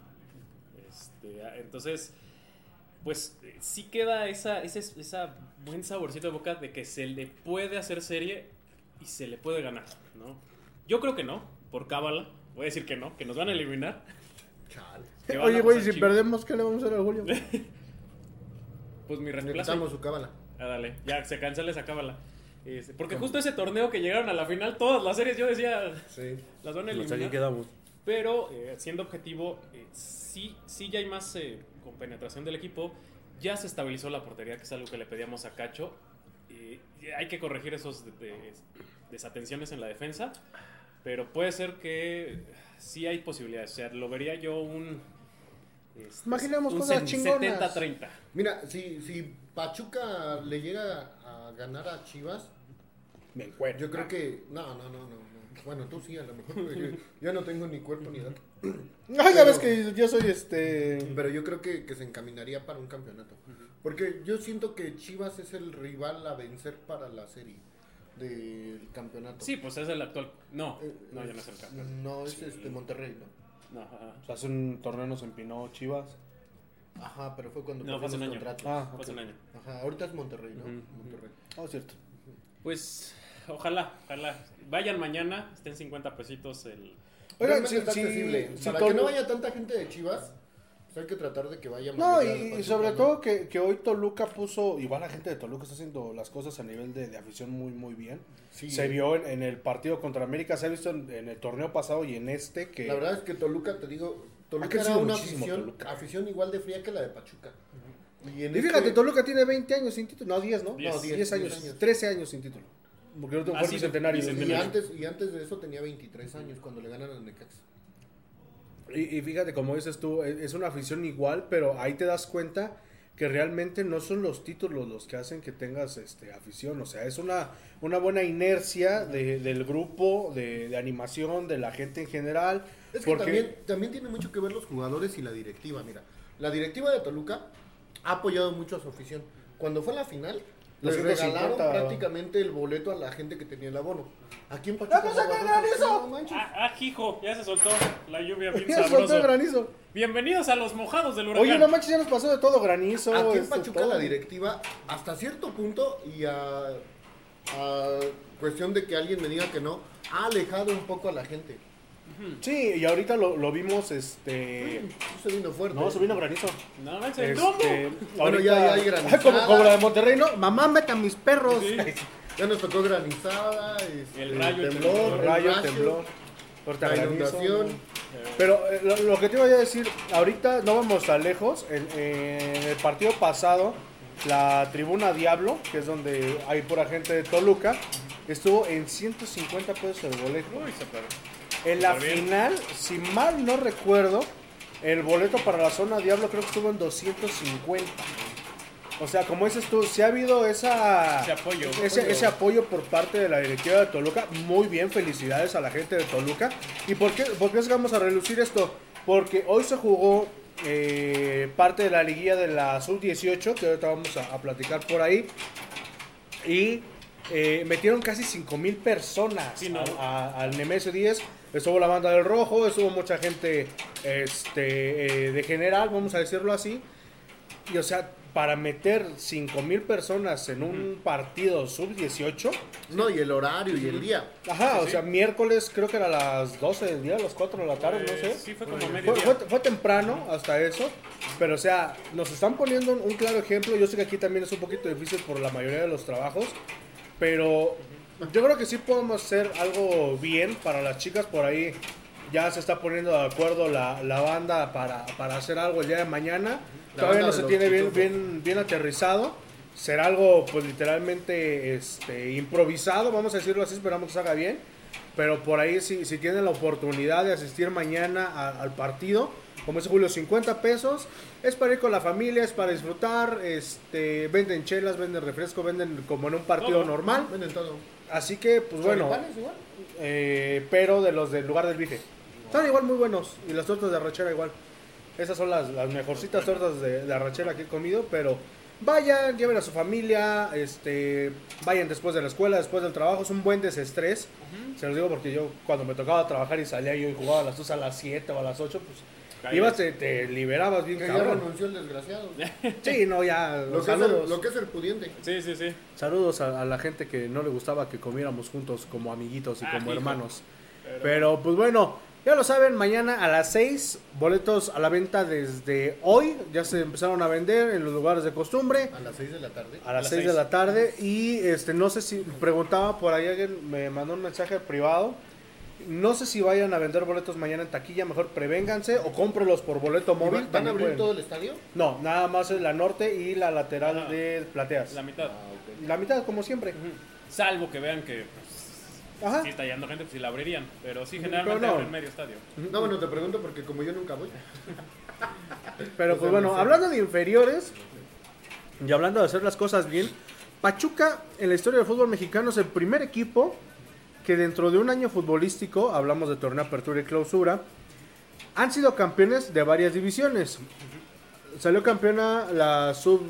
Entonces, pues sí queda esa buen saborcito de boca de que se le puede hacer serie y se le puede ganar, ¿no? Yo creo que no, por cábala. Voy a decir que no, que nos van a eliminar. Chale. Que van a Oye, güey, pasar si Chivas. perdemos, ¿qué le vamos a hacer a Julio? Pues mi Le reemplazo. quitamos su cábala. Dale, ya se cancela esa cábala. Porque justo ese torneo que llegaron a la final, todas las series, yo decía, Sí. las van a Pues aquí eliminar. quedamos. Pero siendo objetivo, sí ya hay más compenetración del equipo. Ya se estabilizó la portería, que es algo que le pedíamos a Cacho. Hay que corregir esos desatenciones en la defensa. Pero puede ser que sí hay posibilidades. O sea, lo vería yo Imaginemos un cosas chingonas. 70-30. Mira, si Pachuca le llega a ganar a Chivas, Me encuentro. yo creo que... No. Bueno, tú sí, a lo mejor. Porque yo no tengo ni cuerpo ni edad. Ay, ya ves que yo soy Pero yo creo que se encaminaría para un campeonato. Porque yo siento que Chivas es el rival a vencer para la serie del campeonato. Sí, pues es el actual. No, ya no es el campeón. No, es Sí. Monterrey, ¿no? No, ajá. O sea, hace un torneo nos empinó Chivas. Ajá, pero fue cuando No, fue hace un perdimos año. contra Atlas. Ah, Fue hace un ok. año. Ajá, ahorita es Monterrey, ¿no? Ujú. Monterrey. Oh, cierto. Pues ojalá. Vayan mañana, estén 50 pesitos el... Oigan, Realmente está accesible. si Para Tolu- que no vaya tanta gente de Chivas, pues hay que tratar de que vaya No, mayoría de y Pachuca, sobre ¿no? todo que hoy Toluca puso, igual la gente de Toluca está haciendo las cosas a nivel de afición muy, muy bien. Sí. Se vio en el partido contra América, se ha visto en el torneo pasado y en que... La verdad es que Toluca, te digo, Ha Toluca crecido era una muchísimo afición, Toluca. afición igual de fría que la de Pachuca. Y, en Y fíjate, este- Toluca tiene 20 años sin título, no 10, ¿no? 10. No, 10 10 años, años. 13 años sin título. Porque el último Ah, fue sí, el bicentenario. bicentenario. y antes de eso tenía 23 años cuando le ganan a Necaxa. Y fíjate, como dices tú, es una afición igual, pero ahí te das cuenta que realmente no son los títulos los que hacen que tengas afición. O sea, es una buena inercia del grupo, de animación, de la gente en general. Es que también tiene mucho que ver los jugadores y la directiva. Mira, la directiva de Toluca ha apoyado mucho a su afición. Cuando fue la final, Los les regalaron 150. prácticamente el boleto a la gente que tenía el abono. Aquí en Pachuca. ¡Vamos a no, ganar eso! no manches. hijo, ya se soltó la lluvia bien Ya soltó el sabroso. granizo. Bienvenidos a los mojados del huracán. Oye, no manches, ya nos pasó de todo, granizo. Aquí en esto, Pachuca todo. la directiva, hasta cierto punto, y a cuestión de que alguien me diga que no, ha alejado un poco a la gente. Sí, y ahorita lo vimos, Se vino fuerte. No, se vino granizo. No manches, ¿cómo? Bueno, ya hay granizada. como la de Monterrey, ¿no? Mamá, mete a mis perros. Sí. Ya nos tocó granizada, El rayo, el temblor, temblor, El rayo, rayo, temblor. Ahorita la granizo. inundación. Pero lo que te iba a decir, ahorita no vamos tan lejos. En el partido pasado, la tribuna Diablo, que es donde hay pura gente de Toluca, estuvo en 150 pesos el boleto. Uy, se paró. En la Súper bien. final, si mal no recuerdo, el boleto para la zona Diablo creo que estuvo en 250. O sea, como dices tú, si ha habido ese apoyo por parte de la directiva de Toluca. Muy bien, felicidades a la gente de Toluca. ¿Y por qué vamos a relucir esto? Porque hoy se jugó parte de la liguilla de la Sub-18, que ahorita vamos a platicar por ahí. Y metieron casi 5,000 personas Sí, ¿no? al Nemesio 10. Estuvo la banda del Rojo, estuvo mucha gente de general, vamos a decirlo así. Y o sea, para meter 5,000 personas en un partido sub-18. No, y el horario y el día. Ajá, Sí, o sí. sea, miércoles creo que era a las 12 del día, a las 4 de la tarde, no sé. Sí, fue como a Fue, mediodía. fue temprano hasta eso, pero o sea, nos están poniendo un claro ejemplo. Yo sé que aquí también es un poquito difícil por la mayoría de los trabajos, pero yo creo que sí podemos hacer algo bien para las chicas por ahí. Ya se está poniendo de acuerdo la banda para hacer algo el día de mañana. La Todavía banda no de se los tiene pitufos. bien aterrizado. Será algo pues literalmente improvisado, vamos a decirlo así, esperamos que se haga bien. Pero por ahí si tienen la oportunidad de asistir mañana al partido, como dice Julio, 50 pesos, es para ir con la familia, es para disfrutar, venden chelas, venden refresco, venden como en un partido Todo. normal. Venden todo. Así que, pues bueno, ¿Choripanes igual? pero de los del lugar del bife. Están igual muy buenos, y las tortas de arrachera igual. Esas son las mejorcitas tortas de arrachera que he comido, pero vayan, lleven a su familia, vayan después de la escuela, después del trabajo, es un buen desestrés. Se los digo porque yo cuando me tocaba trabajar y salía yo y jugaba a las 2 a las 7 o a las 8, pues Caías. ibas, te liberabas bien Que ya cabrón. renunció el desgraciado. Sí, no, ya, Lo que, saludos. lo que es el pudiente. Sí, sí, sí. Saludos a la gente que no le gustaba que comiéramos juntos como amiguitos y como hijo. hermanos. Pero pues bueno, ya lo saben, mañana a las 6, boletos a la venta desde hoy. Ya se empezaron a vender en los lugares de costumbre. A las 6 de la tarde. A las las 6 de 6. la tarde. Y no sé si preguntaba por ahí, alguien me mandó un mensaje privado. No sé si vayan a vender boletos mañana en taquilla, mejor prevénganse o cómprelos por boleto ¿Y móvil. ¿Van a también abrir pueden. todo el estadio? No, nada más es la norte y la lateral Ah. de plateas. La mitad. La mitad, como siempre. Ujú. Salvo que vean que pues, Ajá. sí está yendo gente, pues sí la abrirían. Pero sí, Pero generalmente no. abren medio estadio. No, bueno, te pregunto porque como yo nunca voy. Pero pues bueno, hablando de inferiores y hablando de hacer las cosas bien, Pachuca en la historia del fútbol mexicano es el primer equipo que dentro de un año futbolístico, hablamos de torneo apertura y clausura, han sido campeones de varias divisiones. Salió campeona la sub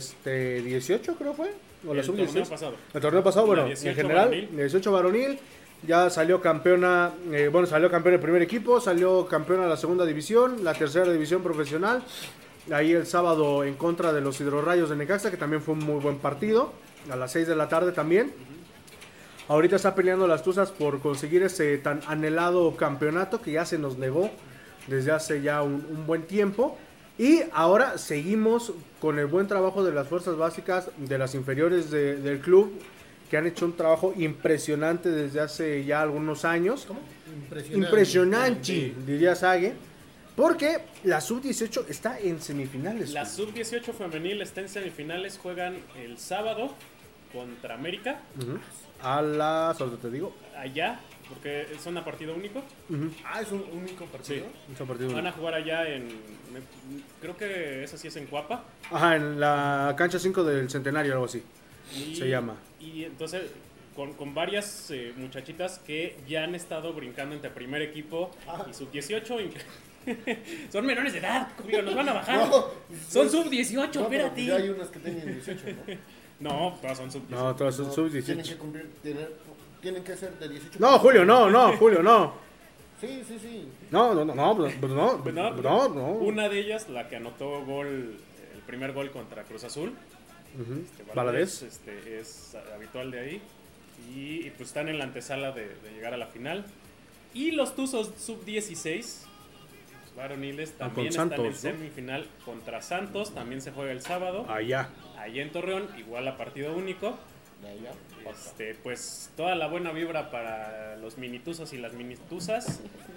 18 creo fue, o la El sub torneo 16. pasado. El torneo pasado, La bueno, 18 en general, varonil. 18 varonil, ya salió campeona, salió campeón el primer equipo, salió campeona la segunda división, la tercera división profesional, ahí el sábado en contra de los Hidrorrayos de Necaxa, que también fue un muy buen partido, a las 6 de la tarde también. Ahorita está peleando las Tuzas por conseguir ese tan anhelado campeonato que ya se nos negó desde hace ya un buen tiempo. Y ahora seguimos con el buen trabajo de las fuerzas básicas de las inferiores del club, que han hecho un trabajo impresionante desde hace ya algunos años. ¿Cómo? Impresionante, diría Sague. Porque la sub-18 está en semifinales. La sub-18 femenil está en semifinales. Juegan el sábado contra América. Ujú. A las, ahorita te digo. Allá, porque son a partido único. Ujú. Ah, es un único partido. Es un partido. Van a jugar allá creo que esa sí es en Cuapa. Ajá, en la cancha 5 del Centenario, algo así. Y, Se llama. Y entonces, con varias muchachitas que ya han estado brincando entre primer equipo y sub-18. Son menores de edad, Julio, nos van a bajar. No, Son sí. sub-18, No, pero espérate. ya hay unas que tienen 18, ¿no? No, todas son sub-18. No, todas son No, sub-18. Tienen que cumplir, tienen que ser de 18. No, Julio, no, Julio, no. Sí, sí, sí. No, pues no, Pues no. Una de ellas, la que anotó el primer gol contra Cruz Azul, Ujú. Valadez, Valadez. es habitual de ahí. Y pues están en la antesala de llegar a la final. Y los Tuzos sub-16, los varoniles, también están Santos, en ¿no? semifinal contra Santos. También se juega el sábado. Allá. Allí en Torreón, igual a partido único. Ya, ya. Pues toda la buena vibra para los minituzos y las minituzas.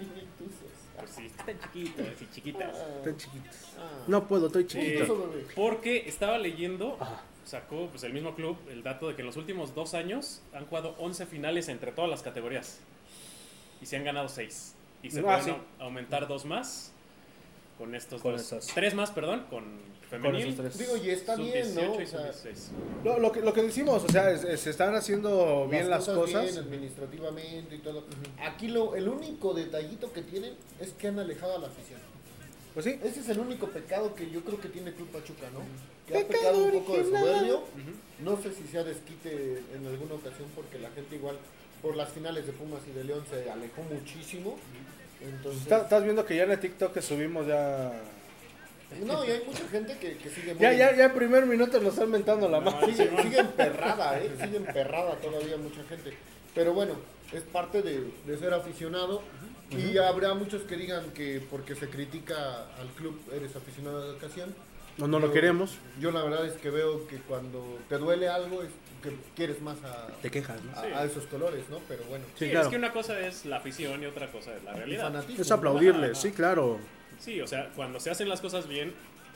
Pues sí, están chiquitos y chiquitas. Están chiquitos. No puedo, estoy chiquito. Eso, bebé. Porque estaba leyendo, Ajá. sacó pues el mismo club el dato de que en los últimos 2 años han jugado 11 finales entre todas las categorías. Y se han ganado 6. Y se pueden sí. aumentar 2 más con estos Con dos. esas. 3 más, perdón, con femenil. esos tres. Digo, y está bien, ¿no? sub-18 y O sea, sub-16. Lo que decimos, o sea, se están haciendo bien las cosas. bien administrativamente y todo. Aquí el único detallito que tienen es que han alejado a la afición. Pues sí. Ese es el único pecado que yo creo que tiene Club Pachuca, ¿no? Que ha Pecado pecado un poco de original. soberbio. No sé si sea desquite en alguna ocasión porque la gente igual por las finales de Pumas y de León se alejó muchísimo. Entonces, Estás viendo que ya en el TikTok que subimos ya No, y hay mucha gente que sigue muy... Ya en primer minuto nos están mentando la mano. Sigue emperrada, sigue emperrada todavía mucha gente. Pero bueno, es parte de ser aficionado. Y habrá muchos que digan que porque se critica al club eres aficionado de ocasión. No lo queremos. Yo la verdad es que veo que cuando te duele algo es que quieres más Te quejas, ¿no? a esos colores, ¿no? Pero bueno. Sí, Sí, claro. es que una cosa es la afición y otra cosa es la el realidad. fanatismo, Es aplaudirle, Ajá. sí, claro. Sí, o sea, cuando se hacen las cosas bien,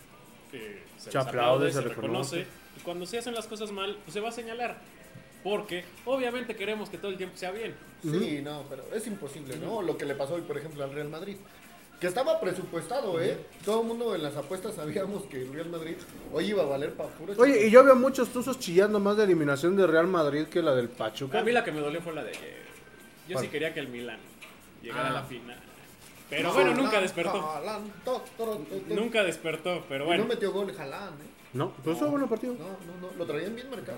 se Se les aplaude, se reconoce. Y cuando se hacen las cosas mal, pues se va a señalar. Porque obviamente queremos que todo el tiempo sea bien. Sí, no, pero es imposible, ¿no? Lo que le pasó hoy, por ejemplo, al Real Madrid. Que estaba presupuestado, ¿eh? Todo el mundo en las apuestas sabíamos que el Real Madrid hoy iba a valer para puro. Oye, y yo veo muchos tuzos chillando más de eliminación de Real Madrid que la del Pachuca. A mí la que me dolió fue la de yo ¿Cuál? sí quería que el Milan llegara a Ah. la final. Pero bueno, nunca despertó. Haaland, Nunca despertó, pero Y bueno. no metió gol Haaland, ¿eh? No, pues fue bueno partido. No, lo traían bien marcado.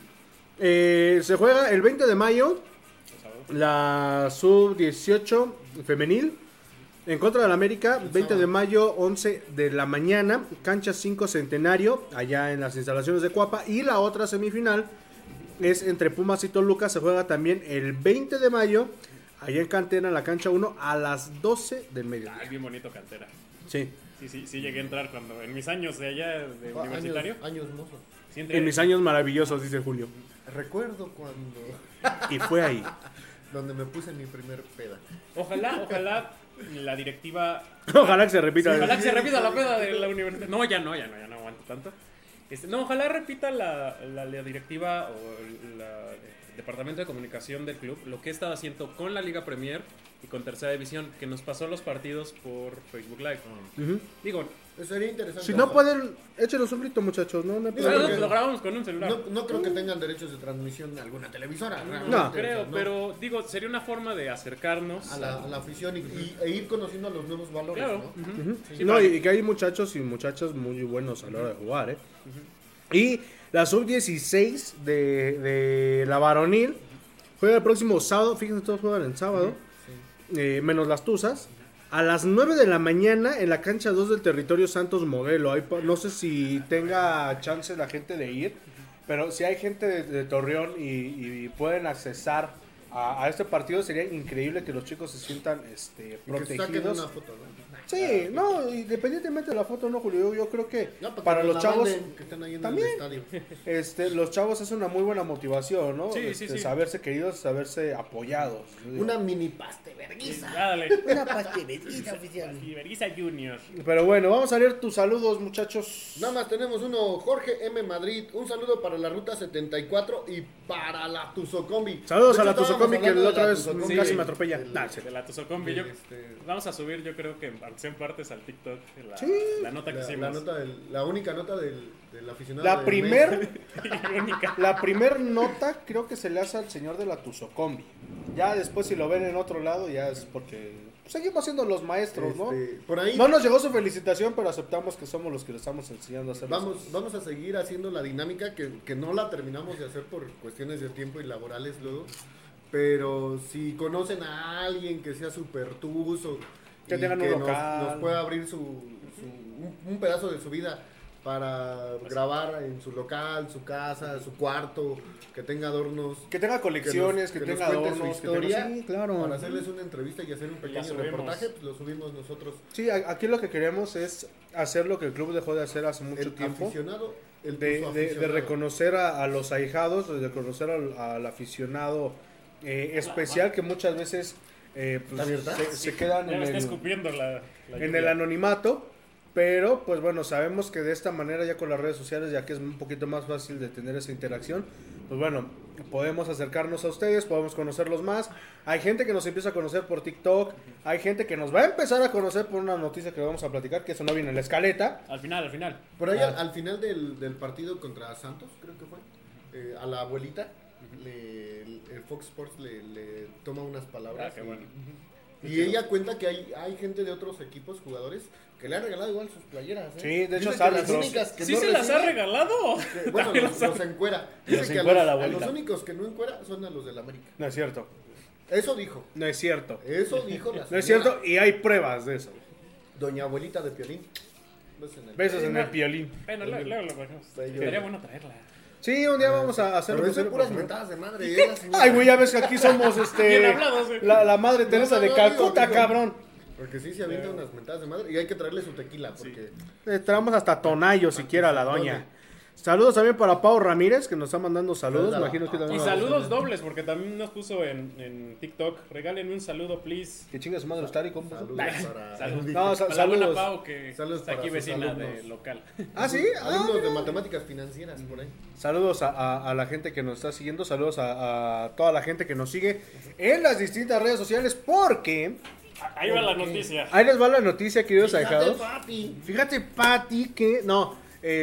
Se juega el 20 de mayo la sub-18 femenil en contra del América, 20 de mayo, 11 de la mañana, cancha 5 Centenario, allá en las instalaciones de Cuapa. Y la otra semifinal es entre Pumas y Toluca, se juega también el 20 de mayo, allá en Cantera, en la cancha 1, a las 12 del mediodía. Ay, bien bonito Cantera. Sí, Sí llegué a entrar cuando en mis años de allá de universitario. Años mozos. Sí entré. en mis años maravillosos, dice Julio. Recuerdo cuando... Y fue ahí. donde me puse mi primer peda. Ojalá la directiva. Ojalá que se repita. Ojalá que se repita la peda de la universidad. No, ya no aguanto tanto. No, ojalá repita la directiva o el departamento de comunicación del club lo que he estado haciendo con la Liga Premier y con Tercera División, que nos pasó los partidos por Facebook Live. Ujú. Digo, Sería interesante. Si no pueden, échenos un grito, muchachos. No hay problema. nosotros lo grabamos con un celular. No creo que tengan derechos de transmisión de alguna televisora. No, realmente, creo, o sea, no. pero digo, sería una forma de acercarnos A la afición e ir conociendo los nuevos valores, Claro. ¿no? Ujú. Ujú. Sí, No, para- y que hay muchachos y muchachas muy buenos a la hora de jugar, ¿eh? Y la sub-16 de la varonil juega el próximo sábado. Fíjense, todos juegan el sábado, menos las Tuzas. A las 9 de la mañana en la cancha 2 del Territorio Santos Modelo. No sé si tenga chance la gente de ir, pero si hay gente de Torreón y pueden accesar a este partido, sería increíble que los chicos se sientan Y que saquen una protegidos. foto, ¿no? Sí, no, independientemente de la foto, no, Julio, yo creo que No, porque para nos los la chavos, manden, que están ahí en también. el estadio. los chavos es una muy buena motivación, ¿no? Sí, sí. Saberse queridos, saberse apoyados. Yo digo. Una mini paste verguiza. Dale. Una paste verguiza oficial. Iberiza Junior. Pero bueno, vamos a leer tus saludos, muchachos. Nada más tenemos uno, Jorge M. Madrid. Un saludo para la ruta 74 y para la Tuzocombi. Saludos De a la hecho, Tuzocombi, que estábamos la otra hablando vez de la Tuzocombi. casi me atropella. Del- Nah, sí. De la Tuzocombi. Yo- Este, Vamos a subir, yo creo que aunque sea en partes al TikTok la, Sí. la nota que hicimos. la única nota del aficionado. La del primer, Irónica. la primer nota creo que se le hace al señor de la Tuzocombi. Ya después si lo ven en otro lado ya es porque seguimos siendo los maestros, ¿no? Por ahí No nos llegó su felicitación, pero aceptamos que somos los que le estamos enseñando a hacer las cosas. vamos a seguir haciendo la dinámica que no la terminamos de hacer por cuestiones de tiempo y laborales luego. Pero si conocen a alguien que sea súper tuzo Que y tengan un que local. nos pueda abrir un pedazo de su vida para Pues grabar en su local, su casa, su cuarto, que tenga adornos. Que tenga colecciones, que nos tenga cuente su adornos, que historia, tenga... Sí, claro. para hacerles una entrevista y hacer un pequeño subimos. reportaje, pues lo subimos nosotros. Sí, aquí lo que queremos es hacer lo que el club dejó de hacer hace mucho El tiempo. aficionado, el De tuzoaficionado. reconocer a los ahijados, de reconocer al aficionado especial que muchas veces pues, ¿La verdad? se quedan Ya me está en escupiendo la el lluvia. anonimato. Pero, pues bueno, sabemos que de esta manera, ya con las redes sociales, ya que es un poquito más fácil de tener esa interacción, pues bueno, podemos acercarnos a ustedes, podemos conocerlos más. Hay gente que nos empieza a conocer por TikTok, hay gente que nos va a empezar a conocer por una noticia que vamos a platicar, que eso no viene en la escaleta. Al final. Por ahí al final del partido contra Santos, creo que fue, a la abuelita, el Fox Sports le toma unas palabras. Ah, qué bueno. Y ella cuenta que hay gente de otros equipos, jugadores, que le han regalado igual sus playeras. ¿eh? Sí, de hecho, Dice que las árbitros. únicas que ¿Sí no se las ha reciben- regalado? que, bueno, los encuera. Dice Los que encuera la a abuelita. los únicos que no encuera son a los del América. No es cierto, Eso dijo. no es cierto. Eso dijo la No es señora, cierto y hay pruebas de eso. Doña Abuelita de Piolín. Besos en el piolín. Bueno, luego lo ponemos. Estaría bueno traerla. Sí, un día vamos a hacer Pero lo son posible puras por- mentadas de madre. ¿Eh? Ay, güey, ya ves que aquí somos Bien hablados, güey. la madre Teresa de digo, Calcuta, digo. cabrón. Porque sí se avientan unas mentadas de madre. Y hay que traerle su tequila. Porque Traemos hasta Tonayo siquiera a la doña. Saludos también para Pau Ramírez, que nos está mandando saludos. Saludos. Imagino que Y también saludos dobles, porque también nos puso en TikTok. Regálenme un saludo, please. Que chinga su madre los Tari, compa. saludos para Saludos. No, Para la buena saludos. Pau, que Saludos está aquí para sus vecina alumnos. de local. Ah, sí. alumnos de matemáticas financieras por ahí. Saludos a la gente que nos está siguiendo. Saludos a toda la gente que nos sigue en las distintas redes sociales. Porque Ahí va la noticia. ahí les va la noticia, queridos Fíjate, ahijados. papi. Fíjate, Pati, que no,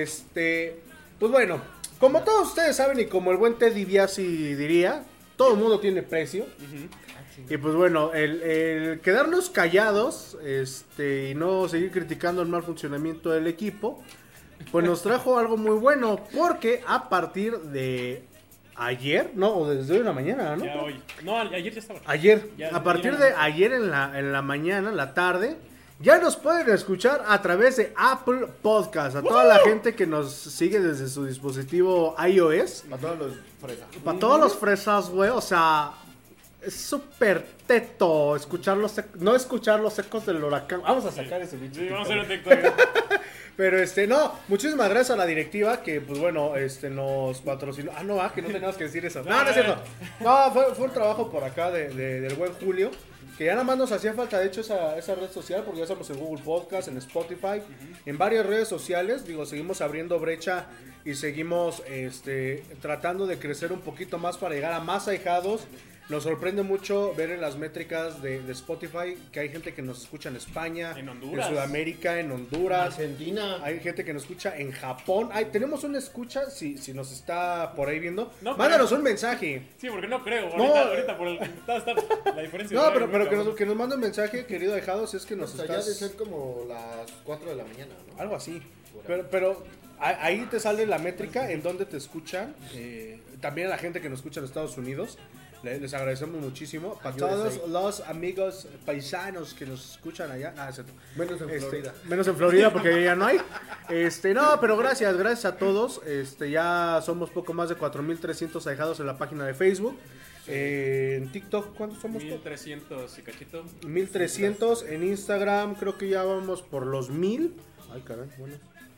pues bueno, como todos ustedes saben y como el buen Ted DiBiase diría, todo el mundo tiene precio. Y pues bueno, el quedarnos callados, y no seguir criticando el mal funcionamiento del equipo, pues nos trajo algo muy bueno, porque a partir de ayer, no, o desde hoy en la mañana, ¿no? Ya hoy. No, ayer ya estaba. Ayer, Ya, a partir ya. de ayer en la mañana, en la tarde, ya nos pueden escuchar a través de Apple Podcast. A toda la gente que nos sigue desde su dispositivo iOS. Para todos los fresas. Para todos los fresas, güey, o sea, es súper teto no escuchar los ecos del huracán. Vamos a sacar ese bicho. Sí, vamos a hacer un TikTok. Pero no, muchísimas gracias a la directiva que, pues bueno, nos patrocinó. Ah, no, que no teníamos que decir eso. No, no es cierto. No, fue un trabajo por acá del buen Julio. Que ya nada más nos hacía falta, de hecho, esa red social, porque ya estamos en Google Podcast, en Spotify, en varias redes sociales. Digo, seguimos abriendo brecha y seguimos tratando de crecer un poquito más para llegar a más ahijados. Nos sorprende mucho ver en las métricas de Spotify que hay gente que nos escucha en España, En Honduras. en Sudamérica, en Honduras. Argentina. Hay gente que nos escucha en Japón. Tenemos una escucha, si nos está por ahí viendo. No, mándanos pero- un mensaje. Sí, porque no creo. No. Ahorita por el. Está la diferencia. No, de pero, horario, pero muy que, cabrón. que nos mande un mensaje, querido Ahijados, es que O nos sea, ya de estás... ser como las 4 de la mañana, ¿no? Algo así. Por ahí. Pero ahí te sale la métrica en donde te escuchan. También a la gente que nos escucha en Estados Unidos. Les agradecemos muchísimo. Para USA. todos los amigos paisanos que nos escuchan allá. Nada, es cierto. Menos en Florida. Menos en Florida porque ya no hay. No, pero gracias a todos. Ya somos poco más de 4,300 ahijados en la página de Facebook. En TikTok, ¿cuántos somos? 1300 y cachito. 1,300 en Instagram, creo que ya vamos por los 1,000. Ay, caray, bueno.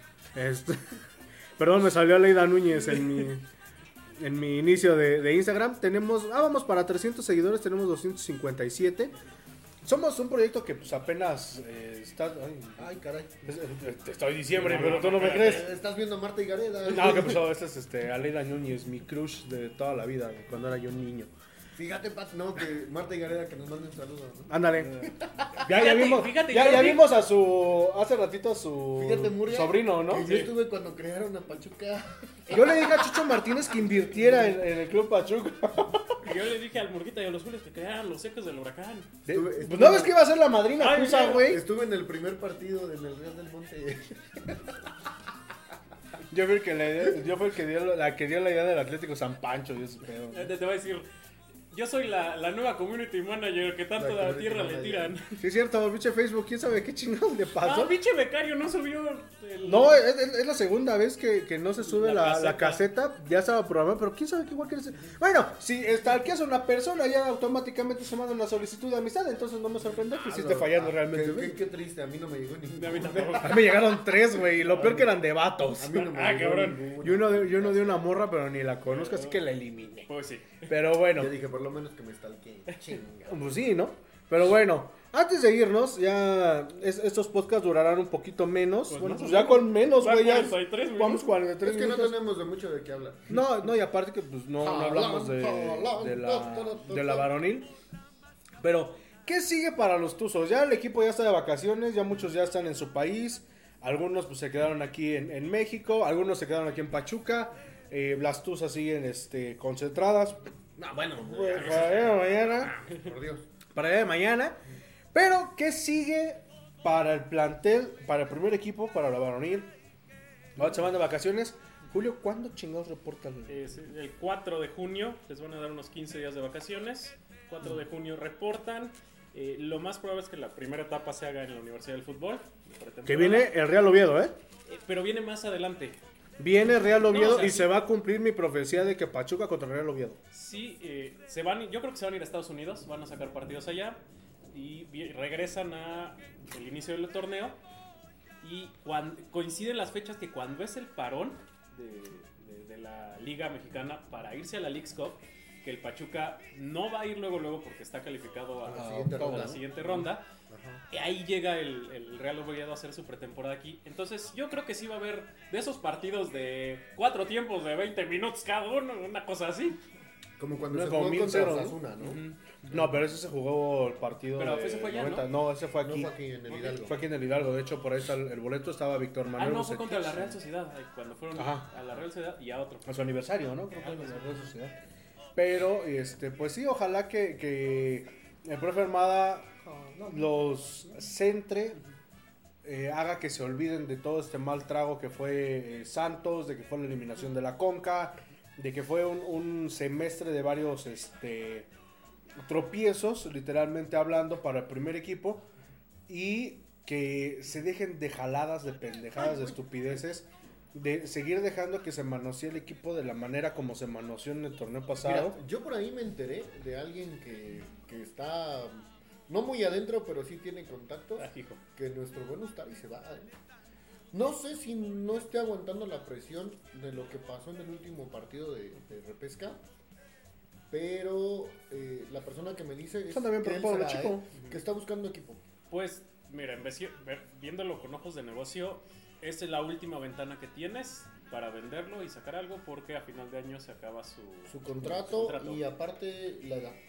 Perdón, me salió Leida Núñez en mi inicio de Instagram. Vamos para 300 seguidores, tenemos 257. Somos un proyecto que pues apenas está... Ay, caray. Estoy diciembre, pero tú no me crees. Estás viendo a Marta y Gareda. No, ¿qué pasó? Esta es Aleida Núñez, mi crush de toda la vida, cuando era yo un niño. Fíjate, Pat, no, que Marta y Gareda que nos manden saludos, ¿no? Ándale. Ya Fíjate, vimos, fíjate, ya Jordi. vimos hace ratito a su Fíjate, Murria. sobrino, ¿no? Que yo estuve cuando crearon a Pachuca. Yo le dije a Chucho Martínez que invirtiera en el Club Pachuca. Y yo le dije al Murguita y a los Julios que crearan los ecos del huracán. Pues no ves que iba a ser la madrina Ay, Cusa, mira. güey. Estuve en el primer partido en el Real del Monte. Yo fui el que dio la idea del Atlético San Pancho y ese pedo. Te va a decir, yo soy la nueva community manager que tanto La de la community tierra le manager. tiran. Sí, es cierto, pinche Facebook, quién sabe qué chingados le pasó. Ah, pinche becario no subió el... No, es la segunda vez que no se sube La la caseta. Ya estaba programada, pero quién sabe qué igual quiere ser. Bueno, si stalkeas a una persona, ya automáticamente se manda una solicitud de amistad. Entonces no me sorprende que sí esté fallando realmente. güey. Qué triste, a mí no me llegó ni. A mí tampoco. A mí me llegaron 3, güey. Y lo peor que eran de vatos. A mí no me Ah, llegó cabrón. ninguno. Y uno de una morra, pero ni la conozco, así que la eliminé. Pues sí. Pero bueno, Yo dije, por lo menos que me stalkeen. Chinga. pues sí, ¿no? Pero bueno, antes de irnos, ya estos podcasts durarán un poquito menos. Pues Bueno, más pues o ya menos. con menos, Va güey. Ya 43 minutos. vamos 43 Es que no minutos. tenemos de mucho de qué hablar. No, y aparte que pues no hablamos de la varonil. Pero, ¿qué sigue para los Tuzos? Ya el equipo ya está de vacaciones, ya muchos ya están en su país. Algunos pues se quedaron aquí en México, algunos se quedaron aquí en Pachuca. Las Tuzas siguen concentradas. No, bueno, Para allá de mañana. por Dios. Para allá de mañana. Pero, ¿qué sigue para el plantel, para el primer equipo, para la varonil? Ahora se van de vacaciones. Julio, ¿cuándo chingados reportan? El 4 de junio les van a dar unos 15 días de vacaciones. 4 de junio reportan. Lo más probable es que la primera etapa se haga en la Universidad del Fútbol. Que viene el Real Oviedo, ¿eh? Pero viene más adelante. Viene Real Oviedo No, o sea, y sí. se va a cumplir mi profecía de que Pachuca contra Real Oviedo. Sí, yo creo que se van a ir a Estados Unidos, van a sacar partidos allá y regresan a el inicio del torneo y coinciden las fechas que cuando es el parón de la Liga Mexicana para irse a la Leagues Cup, que el Pachuca no va a ir luego porque está calificado a la siguiente ronda. Y ahí llega el Real Oviedo a hacer su pretemporada aquí. Entonces yo creo que sí va a haber de esos partidos de 4 tiempos de 20 minutos cada uno, una cosa así. Como cuando No, se como jugó contra 1000, ¿no? Osasuna, ¿no? Ujú. No, pero ese se jugó el partido. Pero de ese fue allá, 90. ¿no? No, ese fue No aquí. fue aquí en el Hidalgo. Fue aquí en el Hidalgo. De hecho, por ahí está el boleto. Estaba Víctor Manuel. No, fue Bucetich. contra la Real Sociedad, cuando fueron Ajá. a la Real Sociedad y a otro. A su aniversario, ¿no? Creo que Algo en la así. Real Sociedad. Pero, pues sí, ojalá que el profe Armada los centre, haga que se olviden de todo este mal trago que fue Santos, de que fue la eliminación de la Conca, de que fue un semestre de varios tropiezos, literalmente hablando, para el primer equipo, y que se dejen de jaladas, de pendejadas, de estupideces, de seguir dejando que se manosee el equipo de la manera como se manoseó en el torneo pasado. Mira, yo por ahí me enteré de alguien que está no muy adentro, pero sí tiene contactos, Ah, hijo. que nuestro buen Ustari se va. ¿Eh? No sé si no esté aguantando la presión de lo que pasó en el último partido de repesca, pero la persona que me dice es Anda bien que él preocupado se el va, chico. que está buscando equipo. Pues, mira, viéndolo con ojos de negocio, esta es la última ventana que tienes para venderlo y sacar algo porque a final de año se acaba Su contrato y aparte la edad.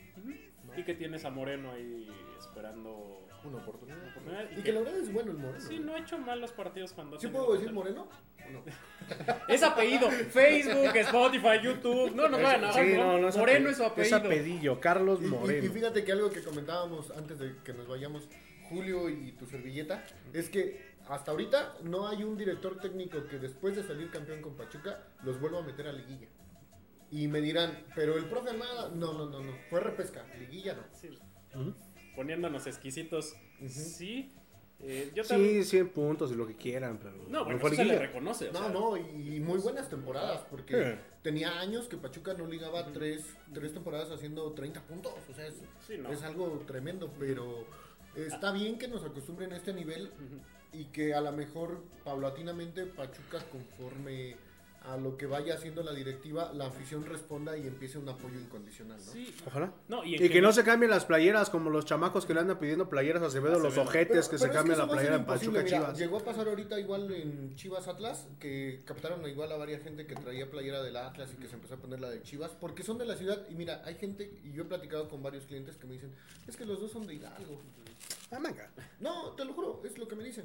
Y que tienes a Moreno ahí esperando Una oportunidad. una oportunidad. Y que la verdad es bueno el Moreno. Sí, no ha hecho mal los partidos cuando... ¿Sí ha puedo tenido decir oportunidad. Moreno? ¿O no? Es apellido. Facebook, Spotify, YouTube. No nos vayan a Sí, no, Moreno es su apellido. Es apellido, Carlos Y Moreno. fíjate que algo que comentábamos antes de que nos vayamos, Julio y tu servilleta, es que hasta ahorita no hay un director técnico que después de salir campeón con Pachuca los vuelva a meter a liguilla. Y me dirán, pero el profe Armada, no, fue repesca, liguilla no. Sí. Ujú. Poniéndonos exquisitos. Sí. Yo Sí, también... 100 puntos y lo que quieran, pero No, bueno, fue eso se le liguilla. reconoce. o No, sea, no, y muy buenas temporadas, porque Sí. tenía años que Pachuca no ligaba tres temporadas haciendo 30 puntos, o sea, Sí, no. es algo tremendo, pero está bien que nos acostumbren a este nivel y que a lo mejor paulatinamente Pachuca, conforme a lo que vaya haciendo la directiva, la afición responda y empiece un apoyo incondicional, ¿no? Sí. Ojalá. No, Y que no se cambien las playeras como los chamacos que le andan pidiendo playeras a Acevedo, los Acevedo. ojetes que se es cambien eso la va a ser playera en imposible, Pachuca mira, Chivas. llegó a pasar ahorita igual en Chivas Atlas, que captaron igual a varias gente que traía playera del Atlas y que se empezó a poner la de Chivas, porque son de la ciudad. Y mira, hay gente, y yo he platicado con varios clientes que me dicen, es que los dos son de Hidalgo. Ah, manga. No, te lo juro, es lo que me dicen.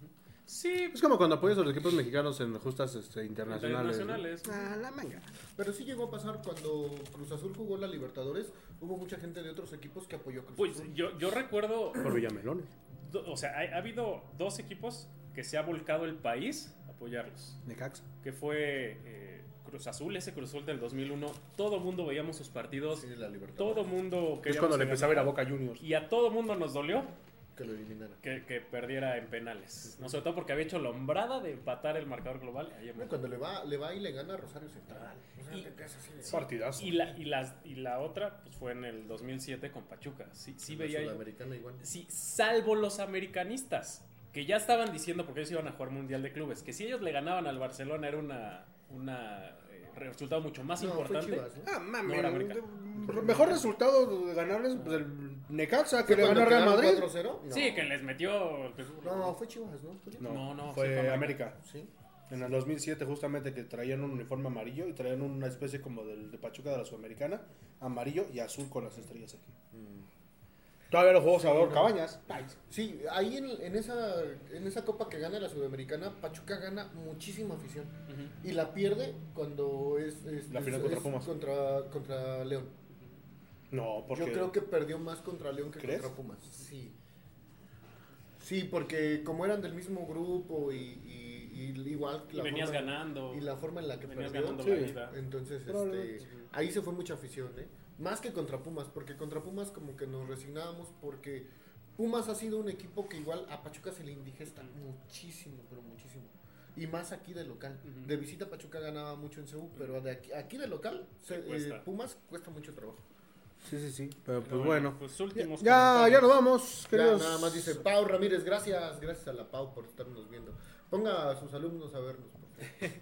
Sí. Es como cuando apoyas a los equipos mexicanos en justas internacionales. Internacionales. ¿no? Ah, la manga. Pero sí llegó a pasar cuando Cruz Azul jugó la Libertadores, hubo mucha gente de otros equipos que apoyó a Cruz Pues Azul. yo recuerdo, Por Villamelones. o sea, ha habido 2 equipos que se ha volcado el país a apoyarlos. Necaxa. Que fue Cruz Azul, ese Cruz Azul del 2001. Todo mundo veíamos sus partidos. Sí, la Libertadores. Todo mundo Que es cuando le que empecé a ver a ganara. Boca Juniors. Y a todo mundo nos dolió Que lo eliminaron. que perdiera en penales. No, sobre todo porque había hecho la hombrada de empatar el marcador global. Ahí en Cuando le va y le gana a Rosario Central. O sea, Y- te quedas así de- Partidazo. y la otra pues fue en el 2007 con Pachuca. Sí La veía yo- Sudamericana igual. Sí, salvo los americanistas, que ya estaban diciendo, porque ellos iban a jugar Mundial de Clubes, que si ellos le ganaban al Barcelona era una resultado mucho más No, fue importante. Chivas, ¿no? Ah, No, mami. era América. Mejor resultado de ganarles pues, el Necaxa que ¿Fue le ganó cuando a Real quedaron Madrid. 4-0? No. Sí, que les metió... No, fue Chivas, ¿no? No, sí, fue fue América. Sí. En el 2007 justamente que traían un uniforme amarillo y traían una especie como del de Pachuca de la Sudamericana, amarillo y azul con las estrellas aquí. Todavía los juegos Salvador no. Cabañas. Sí, ahí en esa copa que gana la Sudamericana, Pachuca gana muchísima afición. Ujú. Y la pierde cuando es La final contra Pumas. contra León. No, porque Yo creo que perdió más contra León que ¿Crees? contra Pumas. Sí. Sí, porque como eran del mismo grupo y igual Y venías ganando. y la forma en la que Venías perdió, ganando Sí. la vida. entonces Probablemente. ahí se fue mucha afición, ¿eh? Más que contra Pumas, porque contra Pumas como que nos resignábamos porque Pumas ha sido un equipo que igual a Pachuca se le indigesta muchísimo, pero muchísimo. Y más aquí de local. Ujú. De visita Pachuca ganaba mucho en CU, pero de aquí de local cuesta. Pumas cuesta mucho trabajo. Sí. Pero pues bueno. Pues últimos Ya comentarios. nos vamos, Ya, queridos. nada más dice Pau Ramírez, gracias a la Pau por estarnos viendo. Ponga a sus alumnos a vernos, por favor.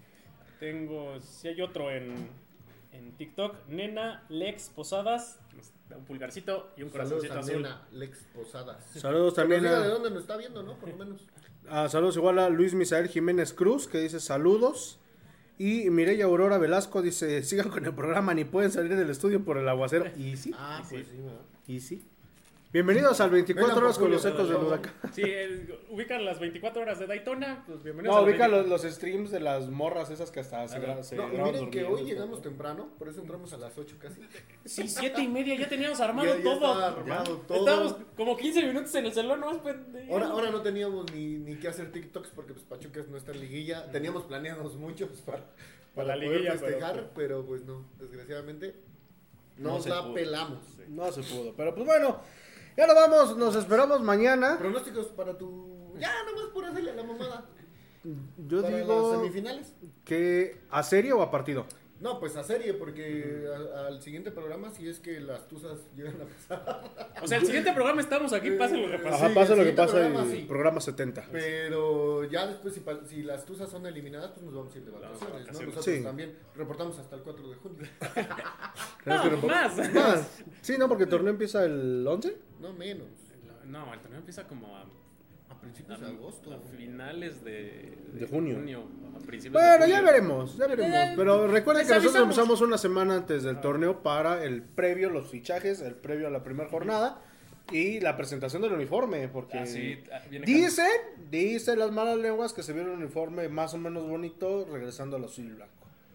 Si hay otro en TikTok, Nena Lex Posadas, nos da un pulgarcito y un Saludos corazoncito a azul. Nena Lex Posadas. Saludos Que nos también diga de a... dónde nos está viendo, ¿no? Por lo menos. Saludos igual a Luis Misael Jiménez Cruz, que dice saludos. Y Mireya Aurora Velasco dice, sigan con el programa, ni pueden salir del estudio por el aguacero. Y sí, Ah, pues sí, ¿verdad? y sí. Bienvenidos al 24 Vengan horas por con los Julio, ecos del por favor. huracán. Sí, ubican las 24 horas de Daytona, pues bienvenidos No, a las ubica 24. los streams de las morras esas que hasta se No, y graban miren que durmiendo. hoy llegamos temprano, por eso entramos a las 8 casi. Sí, 7:30, ya teníamos armado Ya todo. estaba armado todo. Estábamos como 15 minutos en el salón, nomás pendejo. Ahora no teníamos ni que hacer TikToks porque pues Pachuca no está en liguilla. Teníamos planeados muchos para la poder liguilla, festejar, pero pues no, desgraciadamente No nos se la pudo. pelamos. No se pudo, pero pues bueno, ya nos vamos, nos esperamos mañana. Pronósticos para tu... Ya, nomás por hacerle la mamada. Yo Para las digo semifinales. que a serie o a partido. No, pues a serie, porque al siguiente programa, si es que las tuzas llegan a pasar. O sea, el siguiente programa estamos aquí, pase lo que pase. Ajá, Sí, pasa el lo que siguiente pasa programa, el sí. programa 70. Pero ya después, si las tuzas son eliminadas, pues nos vamos a ir de vacaciones, ¿no? vacaciones. Nosotros Sí. también reportamos hasta el 4 de junio. Tenemos que No, repor- más. Sí, no, porque el torneo empieza el 11. No menos. No, el torneo empieza como a A principios de agosto. a finales de junio. a principios Bueno, de ya julio. veremos. Pero recuerden que les nosotros avisamos. empezamos una semana antes del torneo para el previo, los fichajes, el previo a la primera jornada y la presentación del uniforme, porque Ah, sí, viene dicen las malas lenguas que se vio un uniforme más o menos bonito regresando al azul y blanco.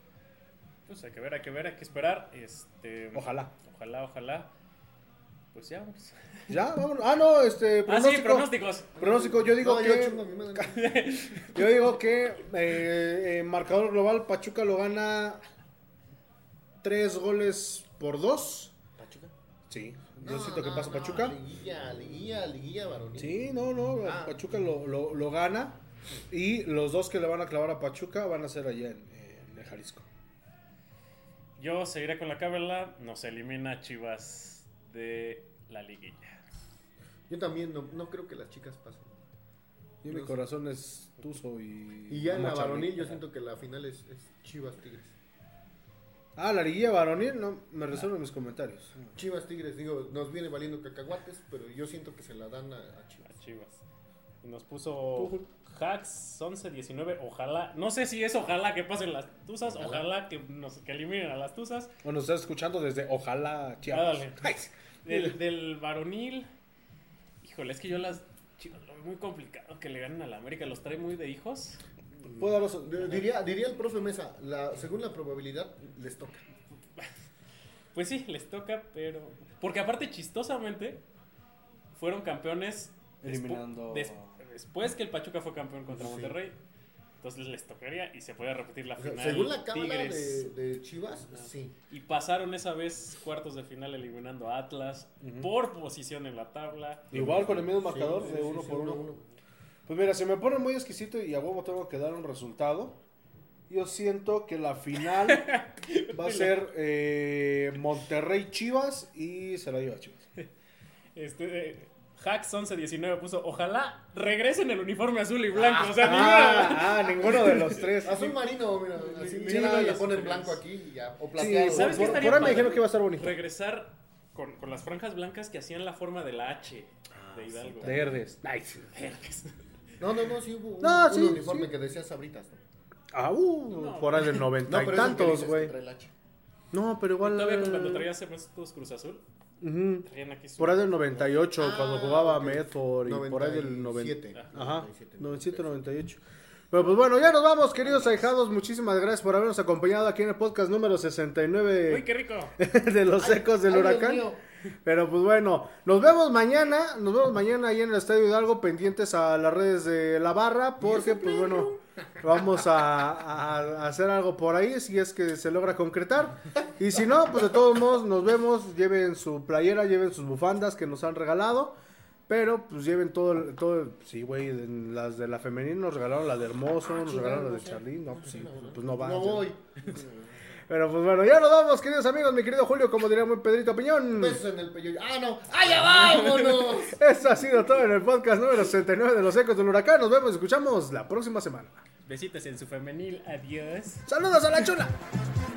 Pues hay que ver, hay que esperar. Ojalá. Ojalá. Pues ya, pues. Ya, vámonos. Ah, no, Sí, pronósticos. Pronóstico, yo digo No, que... yo chingo a mi madre. Yo digo que marcador global, Pachuca lo gana 3-2. ¿Pachuca? Sí, yo siento que pasa Pachuca. Liguilla, varonil. Sí, no, Ah. Pachuca lo gana. Y los dos que le van a clavar a Pachuca van a ser allá en Jalisco. Yo seguiré con la cábala. Nos elimina Chivas de la liguilla. Yo también no creo que las chicas pasen. Y mi corazón es tuzo y... Y ya en la Macharri. varonil yo siento que la final es Chivas Tigres. Ah, la liguilla varonil, no, me reservo mis comentarios. Chivas Tigres, digo, nos viene valiendo cacahuates, pero yo siento que se la dan a Chivas. A Chivas. Y nos puso Hacks 11-19. Ojalá, no sé si es ojalá que pasen las tuzas, ojalá que eliminen a las tuzas. O nos estás escuchando desde Ojalá Chiapas. Dale. Ay, Del varonil, híjole, es que yo las Chivas lo veo muy complicado que le ganen a la América. Los trae muy de hijos. ¿Puedo daros- Diría el profe Mesa, según la probabilidad, les toca. Pues sí, les toca, pero... Porque aparte, chistosamente, fueron campeones Eliminando- después que el Pachuca fue campeón contra Sí. Monterrey. Entonces les tocaría y se puede repetir la O sea, final. según la cámara Tigres. de Chivas, sí. Y pasaron esa vez cuartos de final eliminando a Atlas Ujú. por posición en la tabla. Igual con el mismo marcador Sí, de sí, uno sí, por uno a uno. uno. Pues mira, se me pone muy exquisito y a huevo tengo que dar un resultado. Yo siento que la final va a ser Monterrey Chivas y se la lleva Chivas. Hacks 11-19 puso, ojalá regresen el uniforme azul y blanco. O sea, Ninguno de los tres. Azul marino, mira, así Sí, mira, no, le ya ponen sé. blanco aquí y ya, o Sí, plateado. ¿sabes qué por estaría ahí me padre? dijeron que iba a estar bonito. regresar con las franjas blancas que hacían la forma de la H de Hidalgo. Verdes. Nice. No, sí hubo No, un sí, uniforme sí. que decía Sabritas. ¿no? No, por ahí del 90 y pero es el que tantos, dices güey. que trae el H. No, pero igual. Todavía cuando traías estos Cruz Azul, Ujú. traían aquí su... Por ahí del 98, cuando jugaba ok. Medford, y por ahí del 97. 90. Ajá, 97, 97, 98. Pero pues bueno, ya nos vamos, queridos ahijados. Muchísimas gracias por habernos acompañado aquí en el podcast número 69 ¡Uy, qué rico! de los ecos del Ay, Dios huracán. mío. Pero pues bueno, nos vemos mañana ahí en el Estadio Hidalgo, pendientes a las redes de la barra, porque pues bueno, Vamos a hacer algo por ahí si es que se logra concretar. Y si no, pues de todos modos nos vemos. Lleven su playera, lleven sus bufandas que nos han regalado. Pero pues lleven todo sí, güey, las de la femenina nos regalaron la de Hermoso, nos regalaron la de Charly. No, pues sí, pues no va. No voy. Pero pues bueno, ya nos vamos, queridos amigos, mi querido Julio, como diría muy Pedrito Piñón. Besos en el peyoyo. ¡Ah, no! ¡Allá vámonos! Esto ha sido todo en el podcast número 69 de Los Ecos del Huracán. Nos vemos y escuchamos la próxima semana. Besitos en su femenil. Adiós. ¡Saludos a la chula!